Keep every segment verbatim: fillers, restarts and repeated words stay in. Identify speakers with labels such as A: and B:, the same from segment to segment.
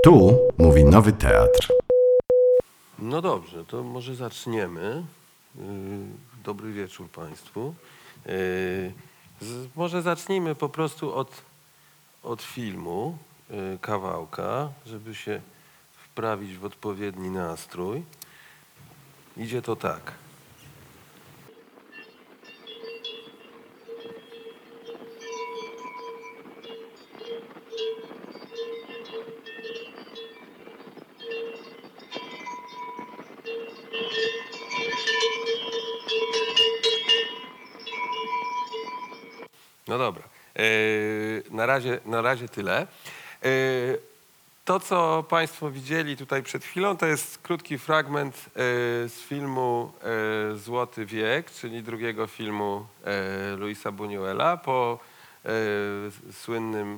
A: Tu mówi Nowy Teatr.
B: No dobrze, to może zaczniemy. Dobry wieczór Państwu. Może zacznijmy po prostu od, od filmu, kawałka, żeby się wprawić w odpowiedni nastrój. Idzie to tak. No dobra, yy, na razie, na razie tyle. Yy, to, co Państwo widzieli tutaj przed chwilą, to jest krótki fragment yy, z filmu yy, Złoty wiek, czyli drugiego filmu yy, Luisa Buñuela po yy, słynnym,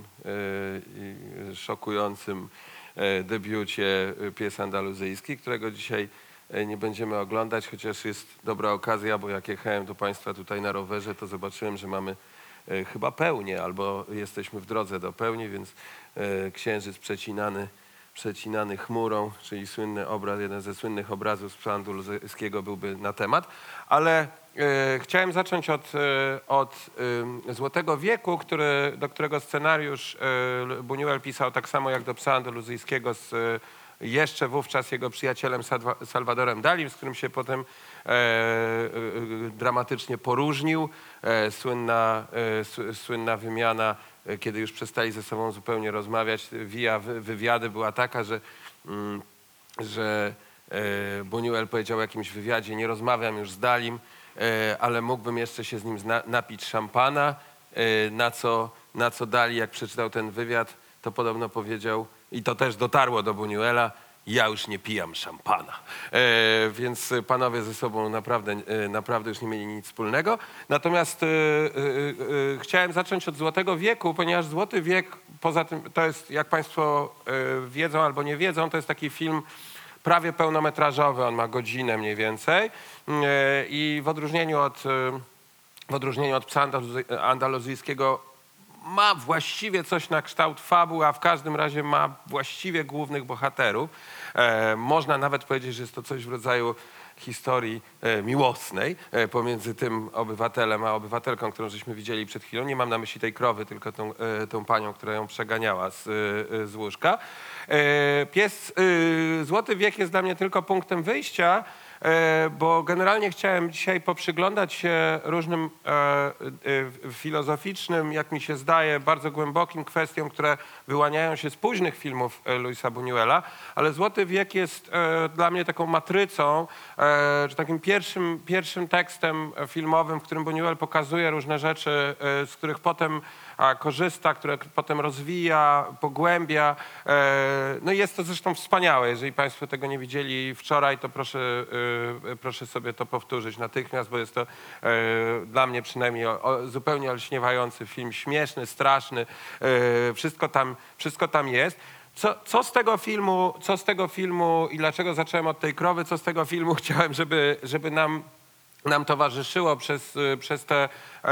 B: yy, szokującym yy, debiucie Pies andaluzyjski, którego dzisiaj nie będziemy oglądać, chociaż jest dobra okazja, bo jak jechałem do Państwa tutaj na rowerze, to zobaczyłem, że mamy chyba pełnię, albo jesteśmy w drodze do pełni, więc e, księżyc przecinany, przecinany chmurą, czyli słynny obraz, jeden ze słynnych obrazów z Psa andaluzyjskiego byłby na temat. Ale e, chciałem zacząć od, e, od e, Złotego wieku, który, do którego scenariusz e, Buñuel pisał tak samo jak do Psa andaluzyjskiego z e, jeszcze wówczas jego przyjacielem Salvadorem Dalim, z którym się potem e, e, dramatycznie poróżnił. E, słynna, e, słynna wymiana, e, kiedy już przestali ze sobą zupełnie rozmawiać, via wywiady była taka, że, mm, że e, Buñuel powiedział w jakimś wywiadzie: nie rozmawiam już z Dalim, e, ale mógłbym jeszcze się z nim zna, napić szampana, e, na co, na co Dali, jak przeczytał ten wywiad, to podobno powiedział, i to też dotarło do Buñuela: ja już nie pijam szampana. E, więc panowie ze sobą naprawdę, e, naprawdę już nie mieli nic wspólnego. Natomiast e, e, e, chciałem zacząć od Złotego wieku, ponieważ Złoty wiek, poza tym, to jest, jak Państwo e, wiedzą albo nie wiedzą, to jest taki film prawie pełnometrażowy, on ma godzinę mniej więcej. E, I w odróżnieniu od, e, w odróżnieniu od Psa andaluzyjskiego ma właściwie coś na kształt fabuły, a w każdym razie ma właściwie głównych bohaterów. E, można nawet powiedzieć, że jest to coś w rodzaju historii e, miłosnej e, pomiędzy tym obywatelem a obywatelką, którą żeśmy widzieli przed chwilą. Nie mam na myśli tej krowy, tylko tą, e, tą panią, która ją przeganiała z, e, z łóżka. E, pies, e, Złoty wiek jest dla mnie tylko punktem wyjścia, bo generalnie chciałem dzisiaj poprzyglądać się różnym e, e, filozoficznym, jak mi się zdaje, bardzo głębokim kwestiom, które wyłaniają się z późnych filmów Luisa Buñuela, ale Złoty wiek jest e, dla mnie taką matrycą, e, czy takim pierwszym, pierwszym tekstem filmowym, w którym Buñuel pokazuje różne rzeczy, e, z których potem a korzysta, które potem rozwija, pogłębia. No i jest to zresztą wspaniałe. Jeżeli Państwo tego nie widzieli wczoraj, to proszę, proszę sobie to powtórzyć natychmiast, bo jest to dla mnie przynajmniej zupełnie olśniewający film, śmieszny, straszny. Wszystko tam, wszystko tam jest. Co, co, z tego filmu, co z tego filmu i dlaczego zacząłem od tej krowy, co z tego filmu chciałem, żeby, żeby nam nam towarzyszyło przez, przez, te,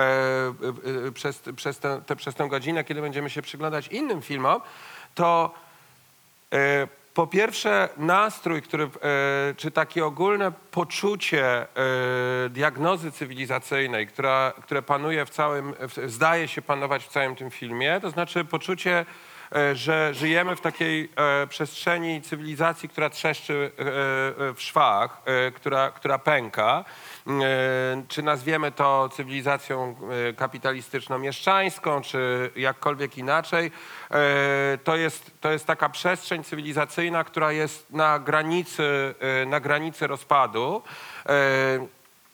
B: e, przez, przez, te, te, przez tę godzinę, kiedy będziemy się przyglądać innym filmom, to e, po pierwsze nastrój, który, e, czy takie ogólne poczucie e, diagnozy cywilizacyjnej, która, które panuje w całym, w, zdaje się panować w całym tym filmie, to znaczy poczucie, że żyjemy w takiej e, przestrzeni cywilizacji, która trzeszczy e, w szwach, e, która, która pęka. E, czy nazwiemy to cywilizacją kapitalistyczno-mieszczańską, czy jakkolwiek inaczej. E, to jest, to jest taka przestrzeń cywilizacyjna, która jest na granicy, e, na granicy rozpadu. E,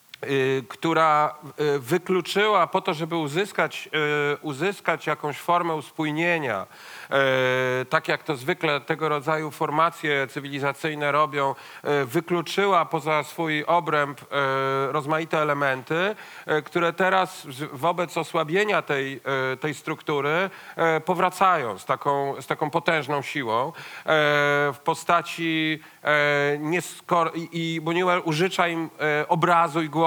B: która wykluczyła po to, żeby uzyskać, uzyskać jakąś formę uspójnienia, tak jak to zwykle tego rodzaju formacje cywilizacyjne robią, wykluczyła poza swój obręb rozmaite elementy, które teraz wobec osłabienia tej, tej struktury powracają z taką, z taką potężną siłą w postaci nieskor- i Buñuel użycza im obrazu i głosu.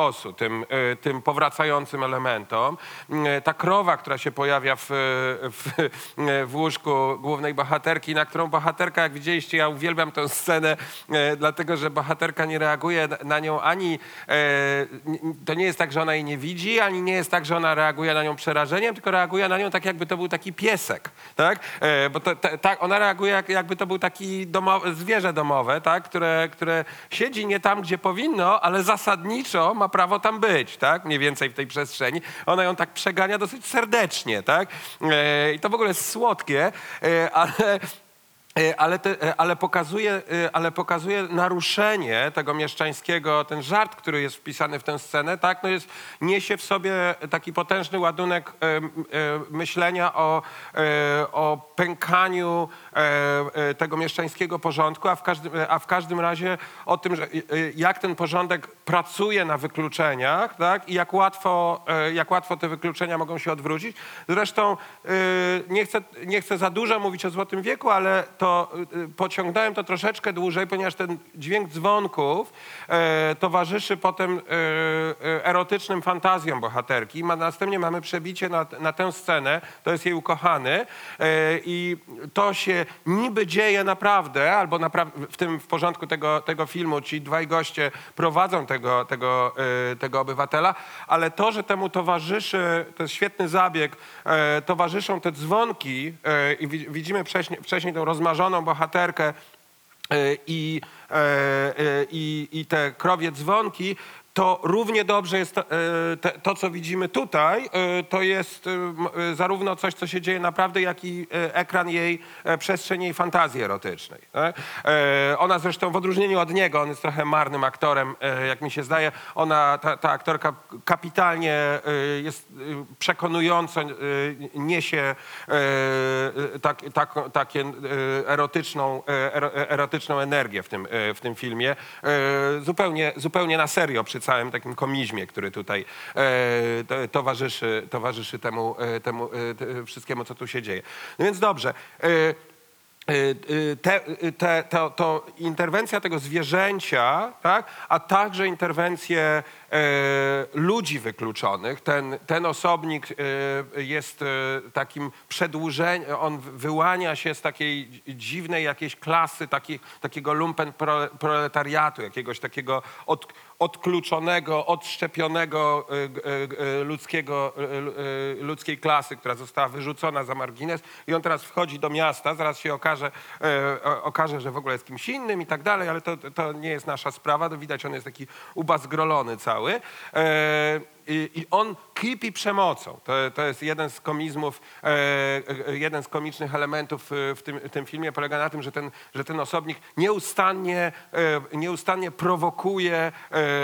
B: głosu, tym, e, tym powracającym elementom. E, ta krowa, która się pojawia w, w, w łóżku głównej bohaterki, na którą bohaterka, jak widzieliście, ja uwielbiam tę scenę, e, dlatego że bohaterka nie reaguje na nią ani, e, to nie jest tak, że ona jej nie widzi, ani nie jest tak, że ona reaguje na nią przerażeniem, tylko reaguje na nią tak, jakby to był taki piesek, tak? E, bo to, ta, ta, ona reaguje jak, jakby to był taki domowe, zwierzę domowe, tak? które, które siedzi nie tam, gdzie powinno, ale zasadniczo ma prawo tam być, tak? Mniej więcej w tej przestrzeni. Ona ją tak przegania dosyć serdecznie, tak? E, I to w ogóle jest słodkie, e, ale... Ale, te, ale, pokazuje, ale pokazuje naruszenie tego mieszczańskiego, ten żart, który jest wpisany w tę scenę, tak, no jest, niesie w sobie taki potężny ładunek e, e, myślenia o, e, o pękaniu e, tego mieszczańskiego porządku, a w, każdym, a w każdym razie o tym, że, jak ten porządek pracuje na wykluczeniach, tak, i jak łatwo, e, jak łatwo te wykluczenia mogą się odwrócić. Zresztą e, nie, chcę, nie chcę za dużo mówić o Złotym wieku, ale to pociągnąłem to troszeczkę dłużej, ponieważ ten dźwięk dzwonków e, towarzyszy potem e, erotycznym fantazjom bohaterki. Ma, następnie mamy przebicie na, na tę scenę, to jest jej ukochany e, i to się niby dzieje naprawdę, albo napra w tym w porządku tego, tego filmu ci dwaj goście prowadzą tego, tego, e, tego obywatela, ale to, że temu towarzyszy, to jest świetny zabieg, e, towarzyszą te dzwonki e, i widzimy wcześniej, wcześniej tę rozmarzoną bohaterkę i, i, i te krowie dzwonki, to równie dobrze jest to, to, co widzimy tutaj, to jest zarówno coś, co się dzieje naprawdę, jak i ekran jej, przestrzeń jej fantazji erotycznej. Ona zresztą w odróżnieniu od niego, on jest trochę marnym aktorem, jak mi się zdaje, ona, ta, ta aktorka kapitalnie jest przekonująco, niesie tak, tak, takie erotyczną, erotyczną energię w tym, w tym filmie. Zupełnie, zupełnie na serio przy całym takim komizmie, który tutaj e, towarzyszy, towarzyszy temu, e, temu e, wszystkiemu, co tu się dzieje. No więc dobrze. E, Te, te, to, to interwencja tego zwierzęcia, tak? A także interwencje e, ludzi wykluczonych. Ten, ten osobnik e, jest e, takim przedłużeniem, on wyłania się z takiej dziwnej jakiejś klasy, taki, takiego lumpen proletariatu, jakiegoś takiego od, odkluczonego, odszczepionego e, e, ludzkiego, e, ludzkiej klasy, która została wyrzucona za margines i on teraz wchodzi do miasta, zaraz się okaże, Okaże, e, okaże, że w ogóle jest kimś innym i tak dalej, ale to, to nie jest nasza sprawa. To widać, on jest taki ubazgrolony cały. E, i, I on kipi przemocą. To, to jest jeden z komizmów, e, jeden z komicznych elementów w tym, w tym filmie. Polega na tym, że ten, że ten osobnik nieustannie, e, nieustannie prowokuje e,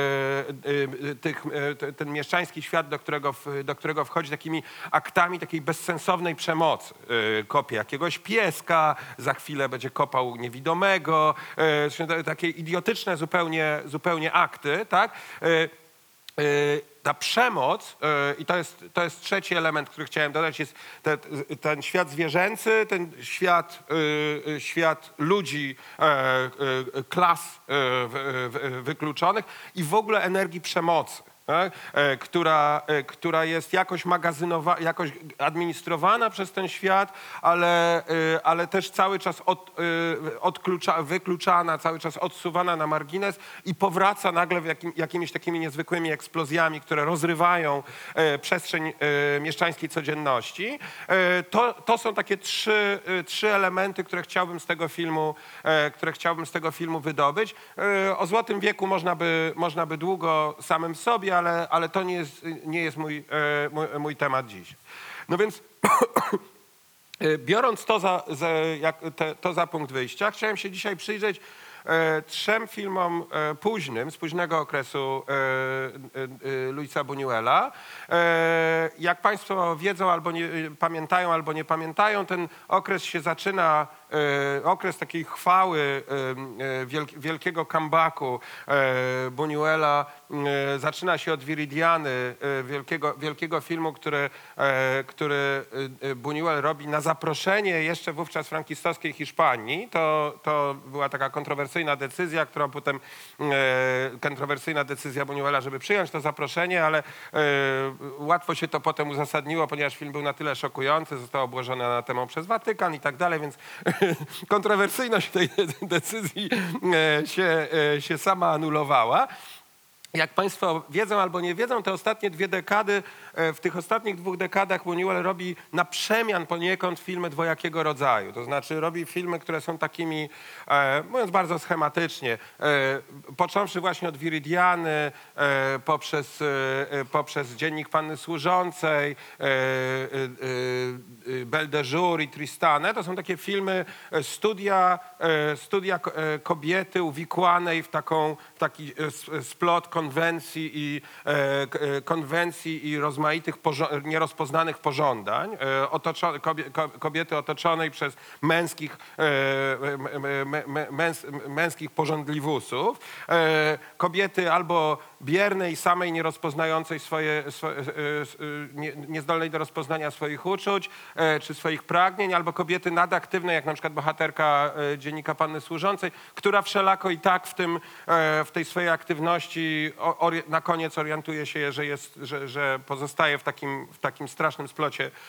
B: e, tych, e, ten mieszczański świat, do którego, do którego wchodzi takimi aktami takiej bezsensownej przemocy. E, kopie jakiegoś pieska, za chwilę będzie kopał niewidomego, e, takie idiotyczne zupełnie, zupełnie akty, tak? E, e, Ta przemoc, i to jest, to jest trzeci element, który chciałem dodać, jest te, ten świat zwierzęcy, ten świat, świat ludzi, klas wykluczonych i w ogóle energii przemocy. Tak? Która, która jest jakoś magazynowana, jakoś administrowana przez ten świat, ale, ale też cały czas od, odklucza, wykluczana, cały czas odsuwana na margines i powraca nagle w jakim, jakimiś takimi niezwykłymi eksplozjami, które rozrywają przestrzeń mieszczańskiej codzienności. To, to są takie trzy, trzy elementy, które chciałbym z tego filmu, które chciałbym z tego filmu wydobyć. O Złotym wieku można by, można by długo samym w sobie, Ale, ale to nie jest, nie jest mój, mój, mój temat dziś. No więc biorąc to za, za, jak, te, to za punkt wyjścia, chciałem się dzisiaj przyjrzeć e, trzem filmom e, późnym, z późnego okresu e, e, Luisa Buñuela. E, jak Państwo wiedzą albo nie pamiętają, albo nie pamiętają, ten okres się zaczyna e, okres takiej chwały e, wielk, wielkiego comebacku e, Buñuela e, zaczyna się od Viridiany, e, wielkiego, wielkiego filmu, który, e, który e, Buñuel robi na zaproszenie jeszcze wówczas frankistowskiej Hiszpanii. To, to była taka kontrowersyjna decyzja, którą potem e, kontrowersyjna decyzja Buñuela, żeby przyjąć to zaproszenie, ale e, łatwo się to potem uzasadniło, ponieważ film był na tyle szokujący, został obłożony anatemą przez Watykan i tak dalej, więc kontrowersyjność tej decyzji e, się, e, się sama anulowała. Jak Państwo wiedzą albo nie wiedzą, te ostatnie dwie dekady, w tych ostatnich dwóch dekadach Buñuel robi na przemian poniekąd filmy dwojakiego rodzaju. To znaczy robi filmy, które są takimi, e, mówiąc bardzo schematycznie, e, począwszy właśnie od Viridiany, e, poprzez, e, poprzez Dziennik Panny Służącej, e, e, e, Belle de Jour i Tristane. To są takie filmy, studia, e, studia kobiety uwikłanej w, taką, w taki splot konwencji i, e, konwencji i rozmaitych nierozpoznanych pożądań, e, otoczo kobie kobiety otoczonej przez męskich, e, męs męskich pożądliwusów, e, kobiety albo biernej, samej nierozpoznającej swoje, swo, e, e, nie, niezdolnej do rozpoznania swoich uczuć e, czy swoich pragnień, albo kobiety nadaktywnej, jak na przykład bohaterka e, Dziennika Panny Służącej, która wszelako i tak w, tym, e, w tej swojej aktywności o, na koniec orientuje się, że, jest, że, że pozostaje w takim, w takim strasznym splocie e,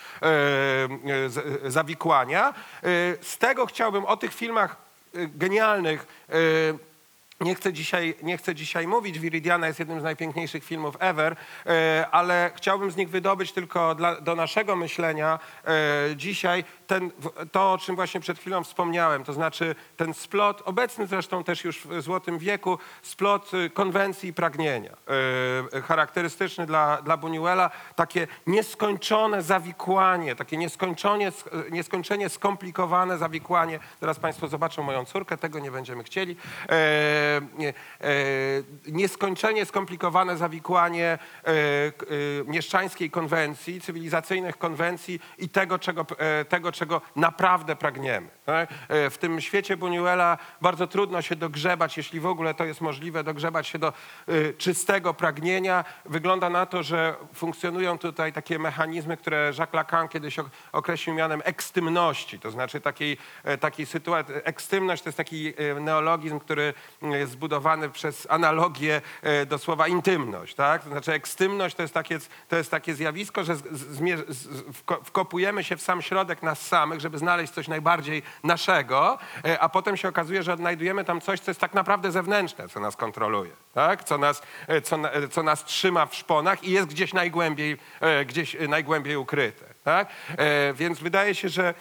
B: z, zawikłania. E, z tego chciałbym o tych filmach e, genialnych e, Nie chcę, dzisiaj, nie chcę dzisiaj mówić, Viridiana jest jednym z najpiękniejszych filmów ever, e, ale chciałbym z nich wydobyć tylko dla, do naszego myślenia e, dzisiaj ten, to, o czym właśnie przed chwilą wspomniałem, to znaczy ten splot, obecny zresztą też już w Złotym wieku, splot konwencji i pragnienia. E, charakterystyczny dla, dla Buñuela, takie nieskończone zawikłanie, takie nieskończenie, nieskończenie skomplikowane zawikłanie. Teraz Państwo zobaczą moją córkę, tego nie będziemy chcieli. E, E, nieskończenie skomplikowane zawikłanie e, e, mieszczańskiej konwencji, cywilizacyjnych konwencji i tego, czego, e, tego, czego naprawdę pragniemy. Tak? E, w tym świecie Buñuela bardzo trudno się dogrzebać, jeśli w ogóle to jest możliwe, dogrzebać się do e, czystego pragnienia. Wygląda na to, że funkcjonują tutaj takie mechanizmy, które Jacques Lacan kiedyś określił mianem ekstymności, to znaczy takiej, takiej sytuacji. Ekstymność to jest taki neologizm, który jest zbudowany przez analogię do słowa intymność. Tak? To znaczy ekstymność to jest takie, to jest takie zjawisko, że z, z, z, wkopujemy się w sam środek nas samych, żeby znaleźć coś najbardziej naszego, a potem się okazuje, że odnajdujemy tam coś, co jest tak naprawdę zewnętrzne, co nas kontroluje, tak? co, nas, co, co nas trzyma w szponach i jest gdzieś najgłębiej, gdzieś najgłębiej ukryte. Tak? Więc wydaje się, że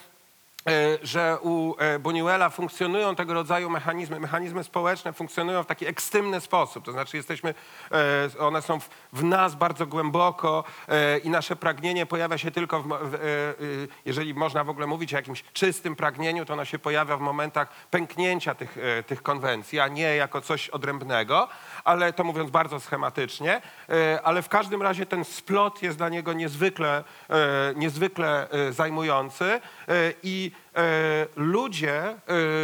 B: że u Buñuela funkcjonują tego rodzaju mechanizmy, mechanizmy społeczne funkcjonują w taki ekstymny sposób, to znaczy jesteśmy, one są w, w nas bardzo głęboko i nasze pragnienie pojawia się tylko, w, w, jeżeli można w ogóle mówić o jakimś czystym pragnieniu, to ono się pojawia w momentach pęknięcia tych, tych konwencji, a nie jako coś odrębnego, ale to mówiąc bardzo schematycznie, ale w każdym razie ten splot jest dla niego niezwykle, niezwykle zajmujący i ludzie,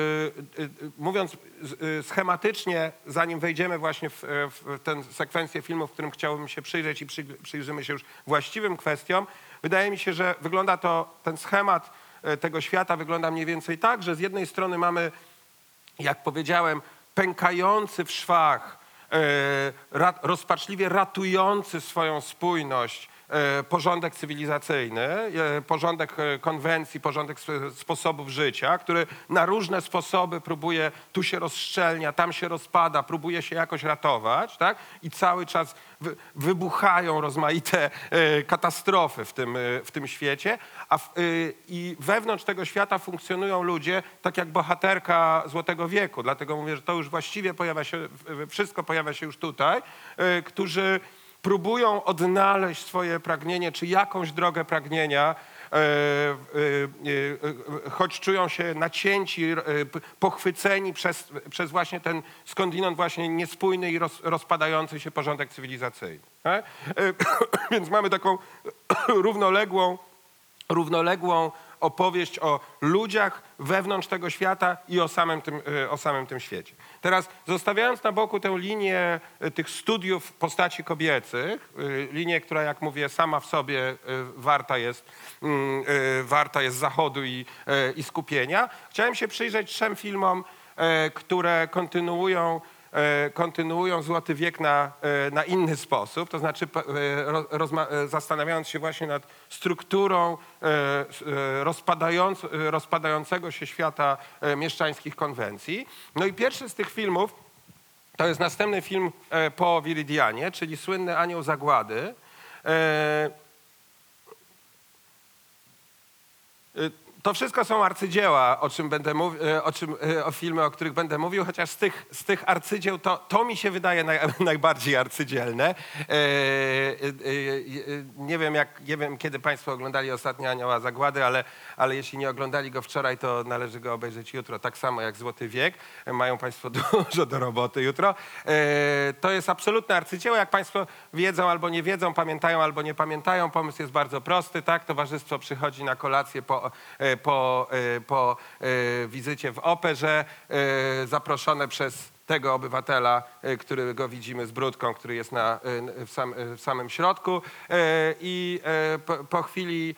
B: mówiąc schematycznie, zanim wejdziemy właśnie w, w tę sekwencję filmów, którym chciałbym się przyjrzeć i przy, przyjrzymy się już właściwym kwestiom, wydaje mi się, że wygląda to, ten schemat tego świata wygląda mniej więcej tak, że z jednej strony mamy, jak powiedziałem, pękający w szwach, rozpaczliwie ratujący swoją spójność porządek cywilizacyjny, porządek konwencji, porządek sposobów życia, który na różne sposoby próbuje, tu się rozszczelnia, tam się rozpada, próbuje się jakoś ratować, tak? I cały czas wybuchają rozmaite katastrofy w tym, w tym świecie, a w, i wewnątrz tego świata funkcjonują ludzie, tak jak bohaterka Złotego wieku, dlatego mówię, że to już właściwie pojawia się, wszystko pojawia się już tutaj, którzy próbują odnaleźć swoje pragnienie, czy jakąś drogę pragnienia, e, e, e, choć czują się nacięci, e, pochwyceni przez, przez właśnie ten skądinąd właśnie niespójny i roz, rozpadający się porządek cywilizacyjny. E? E, więc mamy taką równoległą, równoległą opowieść o ludziach wewnątrz tego świata i o samym tym, o samym tym świecie. Teraz zostawiając na boku tę linię tych studiów postaci kobiecych, linię, która jak mówię sama w sobie warta jest, warta jest zachodu i, i skupienia, chciałem się przyjrzeć trzem filmom, które kontynuują kontynuują Złoty wiek na, na inny sposób, to znaczy rozma- zastanawiając się właśnie nad strukturą rozpadając, rozpadającego się świata mieszczańskich konwencji. No i pierwszy z tych filmów to jest następny film po Viridianie, czyli słynny Anioł Zagłady. To wszystko są arcydzieła, o czym będę mówił, o, czym, o filmy, o których będę mówił, chociaż z tych, z tych arcydzieł to, to mi się wydaje naj, najbardziej arcydzielne. E, e, e, nie, wiem jak, nie wiem, kiedy Państwo oglądali ostatnio Anioła Zagłady, ale, ale jeśli nie oglądali go wczoraj, to należy go obejrzeć jutro, tak samo jak Złoty wiek. Mają Państwo dużo do roboty jutro. E, to jest absolutne arcydzieło, jak Państwo wiedzą albo nie wiedzą, pamiętają albo nie pamiętają. Pomysł jest bardzo prosty, tak? Towarzystwo przychodzi na kolację po po, po wizycie w operze, zaproszone przez tego obywatela, którego widzimy z brudką, który jest na, w, sam, w samym środku i po, po chwili,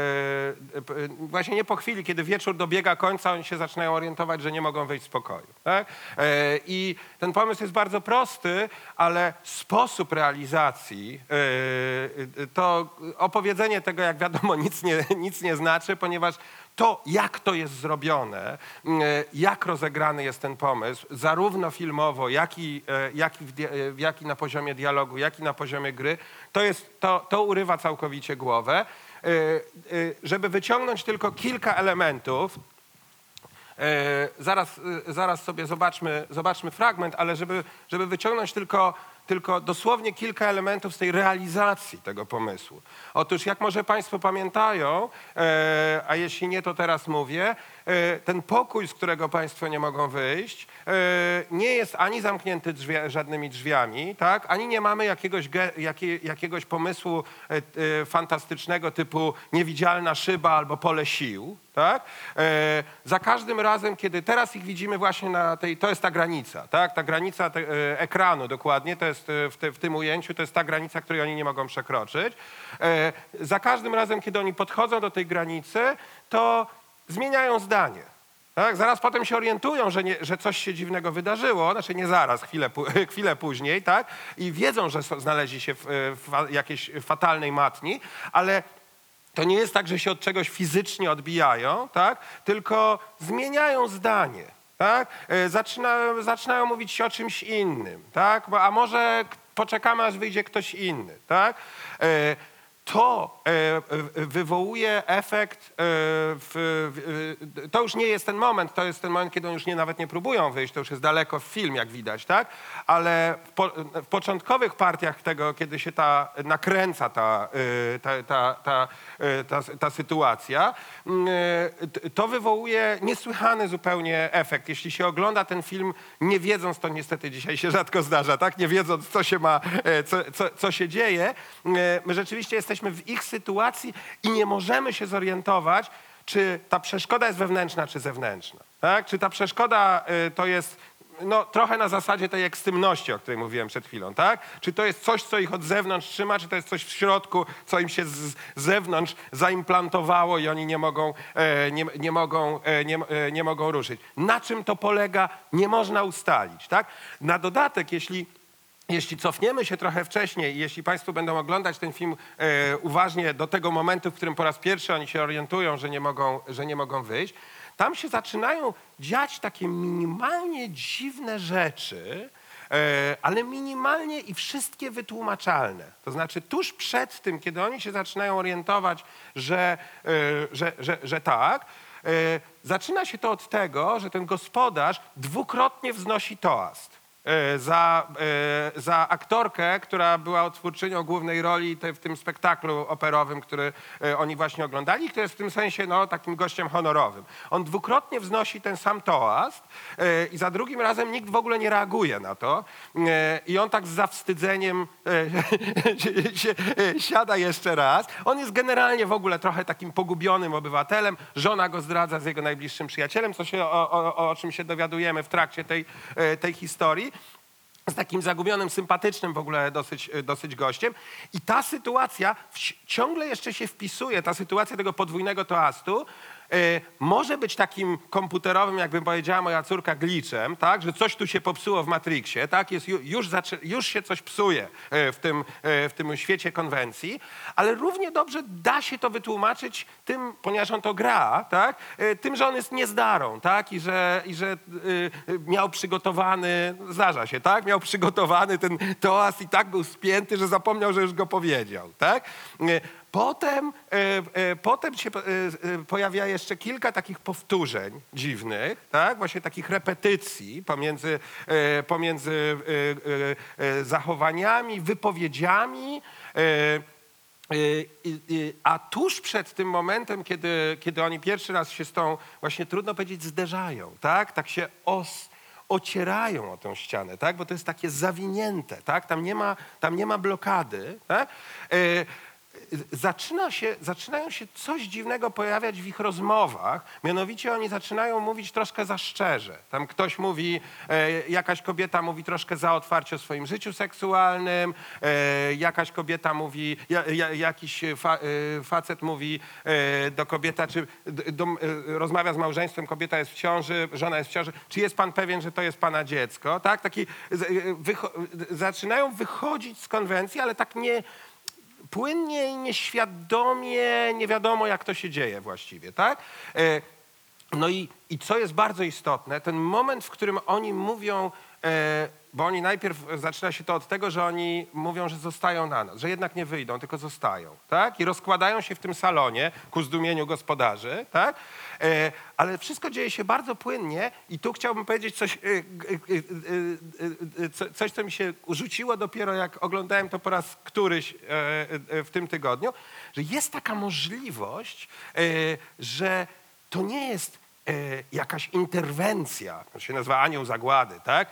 B: właśnie nie po chwili, kiedy wieczór dobiega końca, oni się zaczynają orientować, że nie mogą wyjść z pokoju. Tak? I ten pomysł jest bardzo prosty, ale sposób realizacji, to opowiedzenie tego, jak wiadomo, nic nie, nic nie znaczy, ponieważ to, jak to jest zrobione, jak rozegrany jest ten pomysł, zarówno filmowo, jak i, jak i, w, jak i na poziomie dialogu, jak i na poziomie gry, to, jest, to, to urywa całkowicie głowę. Żeby wyciągnąć tylko kilka elementów, zaraz, zaraz sobie zobaczmy, zobaczmy fragment, ale żeby, żeby wyciągnąć tylko tylko dosłownie kilka elementów z tej realizacji tego pomysłu. Otóż, jak może Państwo pamiętają, e, a jeśli nie, to teraz mówię, e, ten pokój, z którego Państwo nie mogą wyjść, e, nie jest ani zamknięty drzwi, żadnymi drzwiami, tak? Ani nie mamy jakiegoś, ge, jakie, jakiegoś pomysłu e, e, fantastycznego typu niewidzialna szyba albo pole sił. Tak? E, za każdym razem, kiedy teraz ich widzimy właśnie na tej, to jest ta granica, tak? Ta granica te, e, ekranu dokładnie, to jest w, te, w tym ujęciu, to jest ta granica, której oni nie mogą przekroczyć. E, za każdym razem, kiedy oni podchodzą do tej granicy, to zmieniają zdanie. Tak? Zaraz potem się orientują, że, nie, że coś się dziwnego wydarzyło, znaczy nie zaraz, chwilę, chwilę później, tak? I wiedzą, że są, znaleźli się w, w jakiejś fatalnej matni, ale to nie jest tak, że się od czegoś fizycznie odbijają, tak? Tylko zmieniają zdanie. Tak? Zaczynają, zaczynają mówić o czymś innym. Tak? A może poczekamy, aż wyjdzie ktoś inny. Tak? To wywołuje efekt, to już nie jest ten moment, to jest ten moment, kiedy oni już nie, nawet nie próbują wyjść, to już jest daleko w film, jak widać, tak? Ale w, po, w początkowych partiach tego, kiedy się ta nakręca ta, ta, ta, ta, ta, ta sytuacja, to wywołuje niesłychany zupełnie efekt. Jeśli się ogląda ten film, nie wiedząc, to niestety dzisiaj się rzadko zdarza, tak? Nie wiedząc, co się ma, co, co, co się dzieje, my rzeczywiście jesteśmy w ich sytuacji i nie możemy się zorientować, czy ta przeszkoda jest wewnętrzna, czy zewnętrzna. Tak? Czy ta przeszkoda y, to jest no, trochę na zasadzie tej ekstymności, o której mówiłem przed chwilą. Tak? Czy to jest coś, co ich od zewnątrz trzyma, czy to jest coś w środku, co im się z zewnątrz zaimplantowało i oni nie mogą, e, nie, nie, mogą, e, nie, e, nie mogą ruszyć. Na czym to polega, nie można ustalić. Tak? Na dodatek, jeśli Jeśli cofniemy się trochę wcześniej, jeśli Państwo będą oglądać ten film e, uważnie do tego momentu, w którym po raz pierwszy oni się orientują, że nie mogą, że nie mogą wyjść, tam się zaczynają dziać takie minimalnie dziwne rzeczy, e, ale minimalnie i wszystkie wytłumaczalne. To znaczy tuż przed tym, kiedy oni się zaczynają orientować, że, e, że, że, że tak, e, zaczyna się to od tego, że ten gospodarz dwukrotnie wznosi toast. e, za, e, za aktorkę, która była twórczynią głównej roli te, w tym spektaklu operowym, który e, oni właśnie oglądali, który jest w tym sensie no, takim gościem honorowym. On dwukrotnie wznosi ten sam toast e, i za drugim razem nikt w ogóle nie reaguje na to. E, I on tak z zawstydzeniem e, się, się, e, siada jeszcze raz. On jest generalnie w ogóle trochę takim pogubionym obywatelem. Żona go zdradza z jego najbliższym przyjacielem, co się, o, o, o czym się dowiadujemy w trakcie tej, e, tej historii. Z takim zagubionym, sympatycznym w ogóle dosyć, dosyć gościem. I ta sytuacja w, ciągle jeszcze się wpisuje, ta sytuacja tego podwójnego toastu, y, może być takim komputerowym, jakby powiedziała moja córka, glitchem, tak? Że coś tu się popsuło w Matrixie, tak? Jest, już, zaczy, już się coś psuje y, w, tym, y, w tym świecie konwencji, ale równie dobrze da się to wytłumaczyć tym, ponieważ on to gra, tak? Y, tym, że on jest niezdarą, tak? I że, i że y, y, miał przygotowany, zdarza się, tak? Miał przygotowany ten toast i tak był spięty, że zapomniał, że już go powiedział, tak? Y, Potem, e, e, potem się e, e, pojawia jeszcze kilka takich powtórzeń dziwnych, tak? Właśnie takich repetycji pomiędzy, e, pomiędzy e, e, zachowaniami, wypowiedziami. E, e, e, a tuż przed tym momentem, kiedy, kiedy oni pierwszy raz się z tą, właśnie trudno powiedzieć, zderzają, tak? Tak się os ocierają o tę ścianę, tak? Bo to jest takie zawinięte, tak? Tam nie ma, tam nie ma blokady, tak? E, Zaczyna się, zaczynają się coś dziwnego pojawiać w ich rozmowach, mianowicie oni zaczynają mówić troszkę za szczerze. Tam ktoś mówi, e, jakaś kobieta mówi troszkę za otwarcie o swoim życiu seksualnym, e, jakaś kobieta mówi, ja, ja, jakiś fa, e, facet mówi e, do kobieta, czy do, do, e, rozmawia z małżeństwem, kobieta jest w ciąży, żona jest w ciąży, czy jest pan pewien, że to jest pana dziecko, tak? Taki, e, wycho, zaczynają wychodzić z konwencji, ale tak nie płynnie i nieświadomie, nie wiadomo jak to się dzieje właściwie, tak? No i, i co jest bardzo istotne, ten moment, w którym oni mówią, bo oni najpierw, zaczyna się to od tego, że oni mówią, że zostają na noc, że jednak nie wyjdą, tylko zostają, tak? I rozkładają się w tym salonie ku zdumieniu gospodarzy, tak? Ale wszystko dzieje się bardzo płynnie i tu chciałbym powiedzieć coś, coś, co mi się rzuciło dopiero jak oglądałem to po raz któryś w tym tygodniu, że jest taka możliwość, że to nie jest jakaś interwencja, to się nazywa anioł zagłady, tak?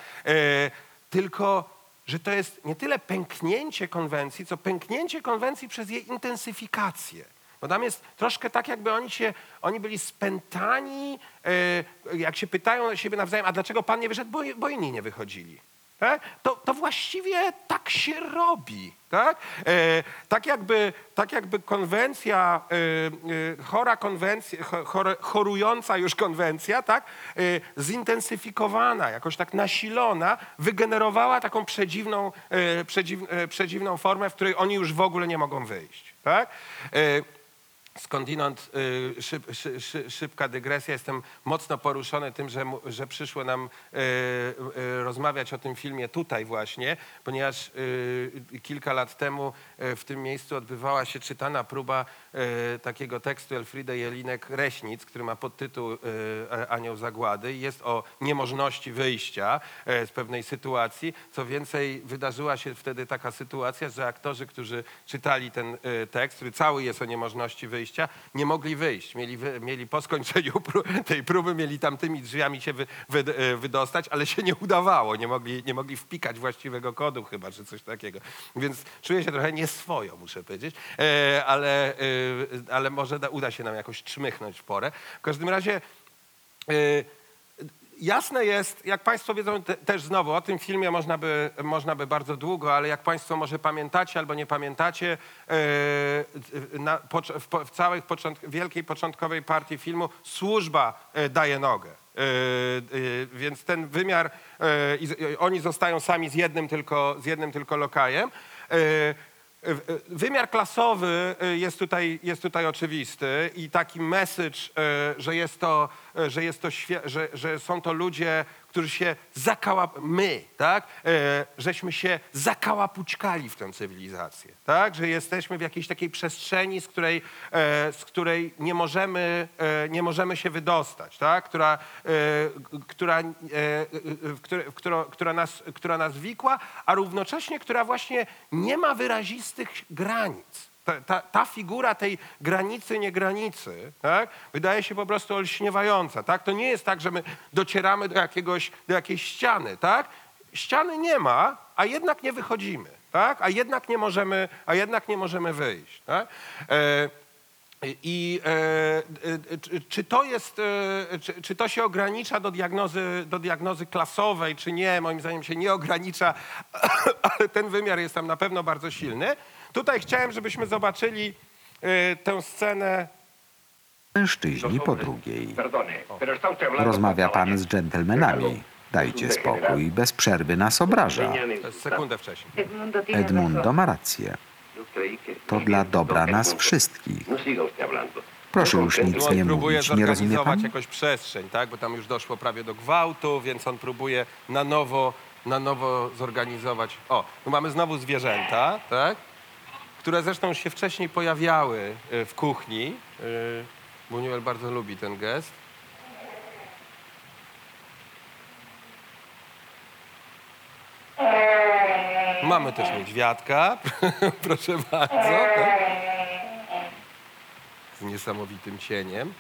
B: Tylko, że to jest nie tyle pęknięcie konwencji, co pęknięcie konwencji przez jej intensyfikację. Bo tam jest troszkę tak, jakby oni się, oni byli spętani, e, jak się pytają siebie nawzajem, a dlaczego pan nie wyszedł, bo, bo inni nie wychodzili. Tak? To, to właściwie tak się robi. Tak, e, tak, jakby, tak jakby konwencja, e, e, chora konwencja, chore, chorująca już konwencja, tak, e, zintensyfikowana, jakoś tak nasilona, wygenerowała taką przedziwną, e, przedziw, e, przedziwną formę, w której oni już w ogóle nie mogą wyjść. Tak? E, Skądinąd y, szyb, szy, szy, szybka dygresja. Jestem mocno poruszony tym, że, że przyszło nam y, y, rozmawiać o tym filmie tutaj właśnie, ponieważ y, kilka lat temu y, w tym miejscu odbywała się czytana próba y, takiego tekstu Elfriedy Jelinek-Reśnic, który ma podtytuł y, Anioł zagłady. Jest o niemożności wyjścia y, z pewnej sytuacji. Co więcej, wydarzyła się wtedy taka sytuacja, że aktorzy, którzy czytali ten y, tekst, który cały jest o niemożności wyjścia, nie mogli wyjść. Mieli, wy, mieli po skończeniu pró- tej próby, mieli tamtymi drzwiami się wy, wy, wydostać, ale się nie udawało. Nie mogli, nie mogli wpikać właściwego kodu chyba, czy coś takiego. Więc czuję się trochę nieswojo, muszę powiedzieć, e, ale, e, ale może da, uda się nam jakoś czmychnąć w porę. W każdym razie e, jasne jest, jak państwo wiedzą te, też znowu, o tym filmie można by, można by bardzo długo, ale jak państwo może pamiętacie albo nie pamiętacie, yy, na, po, w, w całej początk, wielkiej początkowej partii filmu służba yy, daje nogę. Yy, yy, więc ten wymiar, yy, oni zostają sami z jednym tylko, z jednym tylko lokajem. Yy, Wymiar klasowy jest tutaj, jest tutaj oczywisty i taki message, że jest to e, że, jest to świe- że, że są to ludzie, którzy się zakała... My, tak? E, żeśmy się zakałapućkali w tę cywilizację, tak? Że jesteśmy w jakiejś takiej przestrzeni, z której, e, z której nie, możemy, e, nie możemy się wydostać, tak? Która, e, która, e, w które, w którą, która, nas, która nas wikła, a równocześnie która właśnie nie ma wyrazistych granic. Ta, ta, ta figura tej granicy, nie granicy, tak, wydaje się po prostu olśniewająca. Tak? To nie jest tak, że my docieramy do, jakiegoś, do jakiejś ściany. Tak? Ściany nie ma, a jednak nie wychodzimy. Tak? A, jednak nie możemy, a jednak nie możemy wyjść. Tak? E, I e, e, czy, czy, to jest, e, czy, czy to się ogranicza do diagnozy, do diagnozy klasowej, czy nie? Moim zdaniem się nie ogranicza, ale ten wymiar jest tam na pewno bardzo silny. Tutaj chciałem, żebyśmy zobaczyli y, tę scenę.
C: Mężczyźni po drugiej. Rozmawia pan z dżentelmenami. Dajcie spokój, bez przerwy nas obraża.
B: To jest sekundę wcześniej.
C: Edmundo ma rację. To dla dobra nas wszystkich. Proszę już nic
B: On
C: nie
B: próbuje
C: mówić, nie rozumie
B: zorganizować
C: pan?
B: jakąś przestrzeń, tak? Bo tam już doszło prawie do gwałtu, więc on próbuje na nowo, na nowo zorganizować. O, tu mamy znowu zwierzęta, tak? Które zresztą już się wcześniej pojawiały y, w kuchni. Y, Buñuel bardzo lubi ten gest. Mamy też niedźwiadka, proszę bardzo, tak? Z niesamowitym cieniem.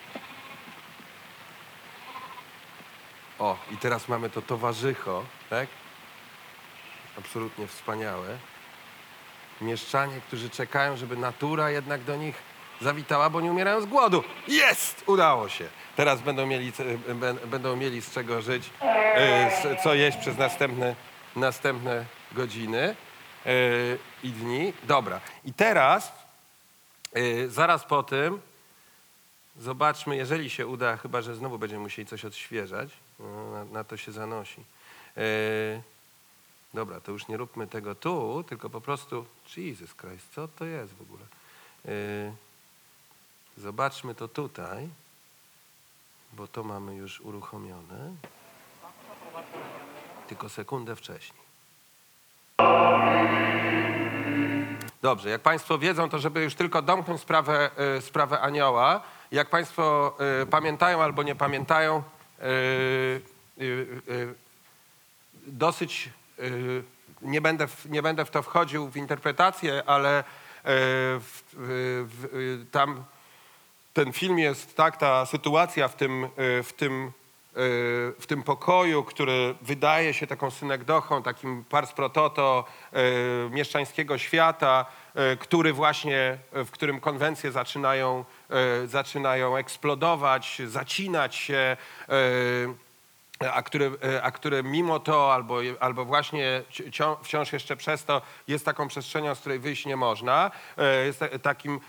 B: O, i teraz mamy to towarzycho, tak? Absolutnie wspaniałe. Mieszczanie, którzy czekają, żeby natura jednak do nich zawitała, bo nie umierają z głodu. Jest! Udało się. Teraz będą mieli, będą mieli z czego żyć, co jeść przez następne, następne godziny i dni. Dobra. I teraz, zaraz po tym, zobaczmy, jeżeli się uda, chyba że znowu będziemy musieli coś odświeżać. No, na, na to się zanosi. Dobra, to już nie róbmy tego tu, tylko po prostu... Jesus Christ, co to jest w ogóle? Yy, zobaczmy to tutaj, bo to mamy już uruchomione. Tylko sekundę wcześniej. Dobrze, jak państwo wiedzą, to żeby już tylko domknąć sprawę, yy, sprawę Anioła, jak państwo yy, pamiętają albo nie pamiętają, yy, yy, yy, dosyć... Yy, Nie będę, w, nie będę w to wchodził w interpretację, ale e, w, w, tam ten film jest, tak, ta sytuacja w tym, e, w tym, e, w tym pokoju, który wydaje się taką synekdochą, takim pars pro toto e, mieszczańskiego świata, e, który właśnie, w którym konwencje zaczynają, e, zaczynają eksplodować, zacinać się, e, A które, a które mimo to, albo, albo właśnie wciąż jeszcze przez to jest taką przestrzenią, z której wyjść nie można. Jest takim,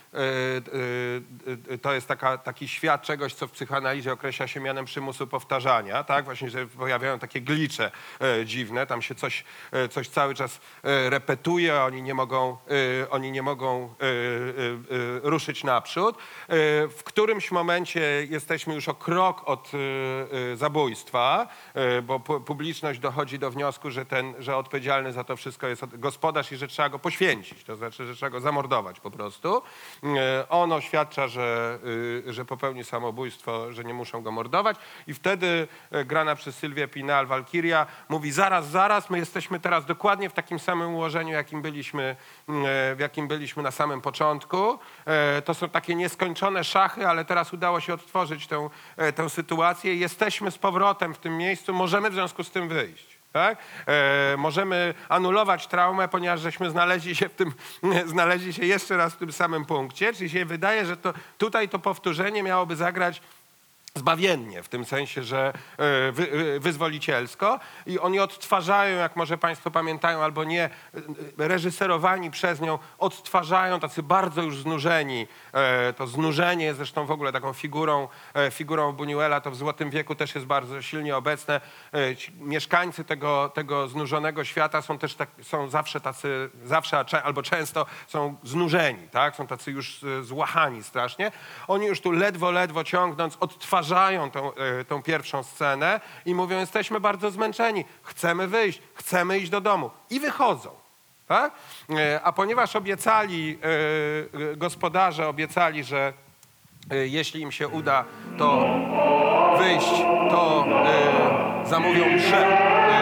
B: to jest taka, taki świat czegoś, co w psychoanalizie określa się mianem przymusu powtarzania. Tak? Właśnie, że pojawiają takie glicze dziwne, tam się coś, coś cały czas repetuje, oni nie mogą, oni nie mogą ruszyć naprzód. W którymś momencie jesteśmy już o krok od zabójstwa, bo publiczność dochodzi do wniosku, że, ten, że odpowiedzialny za to wszystko jest gospodarz i że trzeba go poświęcić, to znaczy, że trzeba go zamordować po prostu. On oświadcza, że, że popełni samobójstwo, że nie muszą go mordować i wtedy grana przez Sylwię Pinal, Walkiria, mówi zaraz, zaraz, my jesteśmy teraz dokładnie w takim samym ułożeniu, jakim byliśmy, w jakim byliśmy na samym początku. To są takie nieskończone szachy, ale teraz udało się odtworzyć tę, tę sytuację. Jesteśmy z powrotem w tym miejscu, możemy w związku z tym wyjść. Tak? E, możemy anulować traumę, ponieważ żeśmy znaleźli się, w tym, znaleźli się jeszcze raz w tym samym punkcie. Czyli się wydaje, że to, tutaj to powtórzenie miałoby zagrać zbawiennie, w tym sensie, że wy, wyzwolicielsko i oni odtwarzają, jak może państwo pamiętają albo nie, reżyserowani przez nią, odtwarzają tacy bardzo już znużeni. To znużenie jest zresztą w ogóle taką figurą, figurą Buñuela, to w Złotym Wieku też jest bardzo silnie obecne. Mieszkańcy tego, tego znużonego świata są też tak, są zawsze tacy, zawsze albo często są znużeni, tak? Są tacy już złachani strasznie. Oni już tu ledwo, ledwo ciągnąc, odtwarzają odtwarzają tą, y, tą pierwszą scenę i mówią, jesteśmy bardzo zmęczeni, chcemy wyjść, chcemy iść do domu. I wychodzą. Tak? Y, a ponieważ obiecali, y, gospodarze obiecali, że y, jeśli im się uda, to wyjść, to y, zamówią mszę.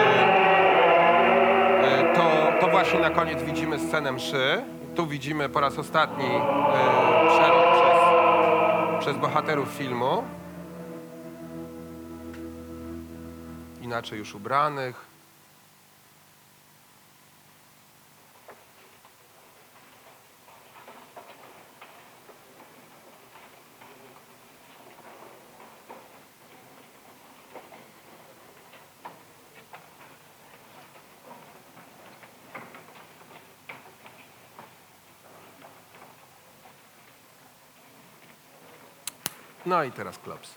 B: Y, y, to, to właśnie na koniec widzimy scenę mszy. Tu widzimy po raz ostatni y, przelot przez, przez bohaterów filmu. Inaczej już ubranych. No i teraz klops.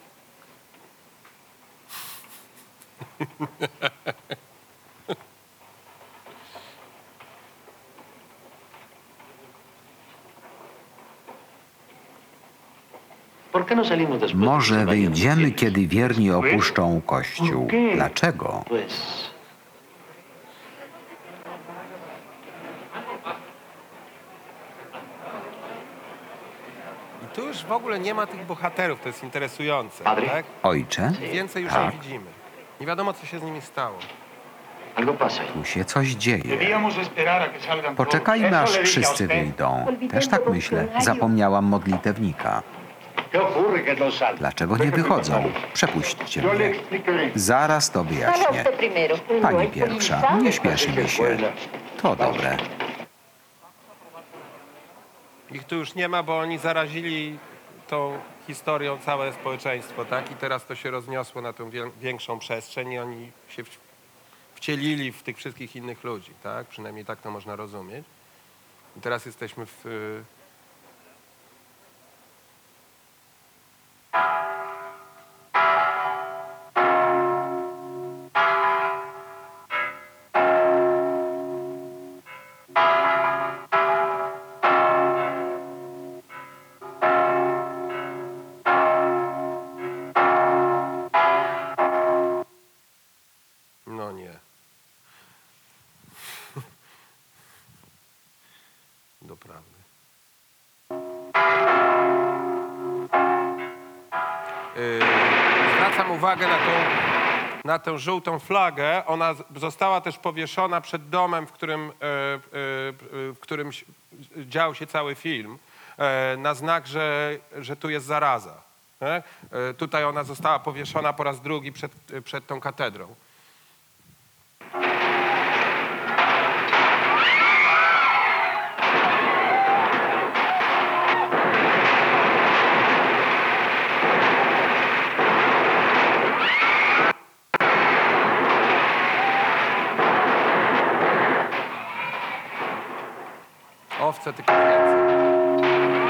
C: Może wyjdziemy, kiedy wierni opuszczą kościół. Dlaczego?
B: I tu już w ogóle nie ma tych bohaterów, to jest interesujące. Tak?
C: Ojcze?
B: Więcej już
C: Tak.
B: nie widzimy. Nie wiadomo, co się z nimi stało.
C: Tu się coś dzieje. Poczekajmy, aż wszyscy wyjdą. Też tak myślę. Zapomniałam modlitewnika. Dlaczego nie wychodzą? Przepuśćcie mnie. Zaraz to wyjaśnię. Pani pierwsza, nie śpieszymy się. To dobre.
B: Ich tu już nie ma, bo oni zarazili tą historią całe społeczeństwo, tak? I teraz to się rozniosło na tę wię- większą przestrzeń i oni się w- wcielili w tych wszystkich innych ludzi, tak? Przynajmniej tak to można rozumieć. I teraz jesteśmy w... y, No nie. Doprawdy. Yy, zwracam uwagę na tą, na tę żółtą flagę. Ona z- została też powieszona przed domem, w którym, yy, yy, w którym ś- dział się cały film, yy, na znak, że, że tu jest zaraza. Nie? Yy, tutaj ona została powieszona po raz drugi przed, przed tą katedrą. Owce tylko więcej.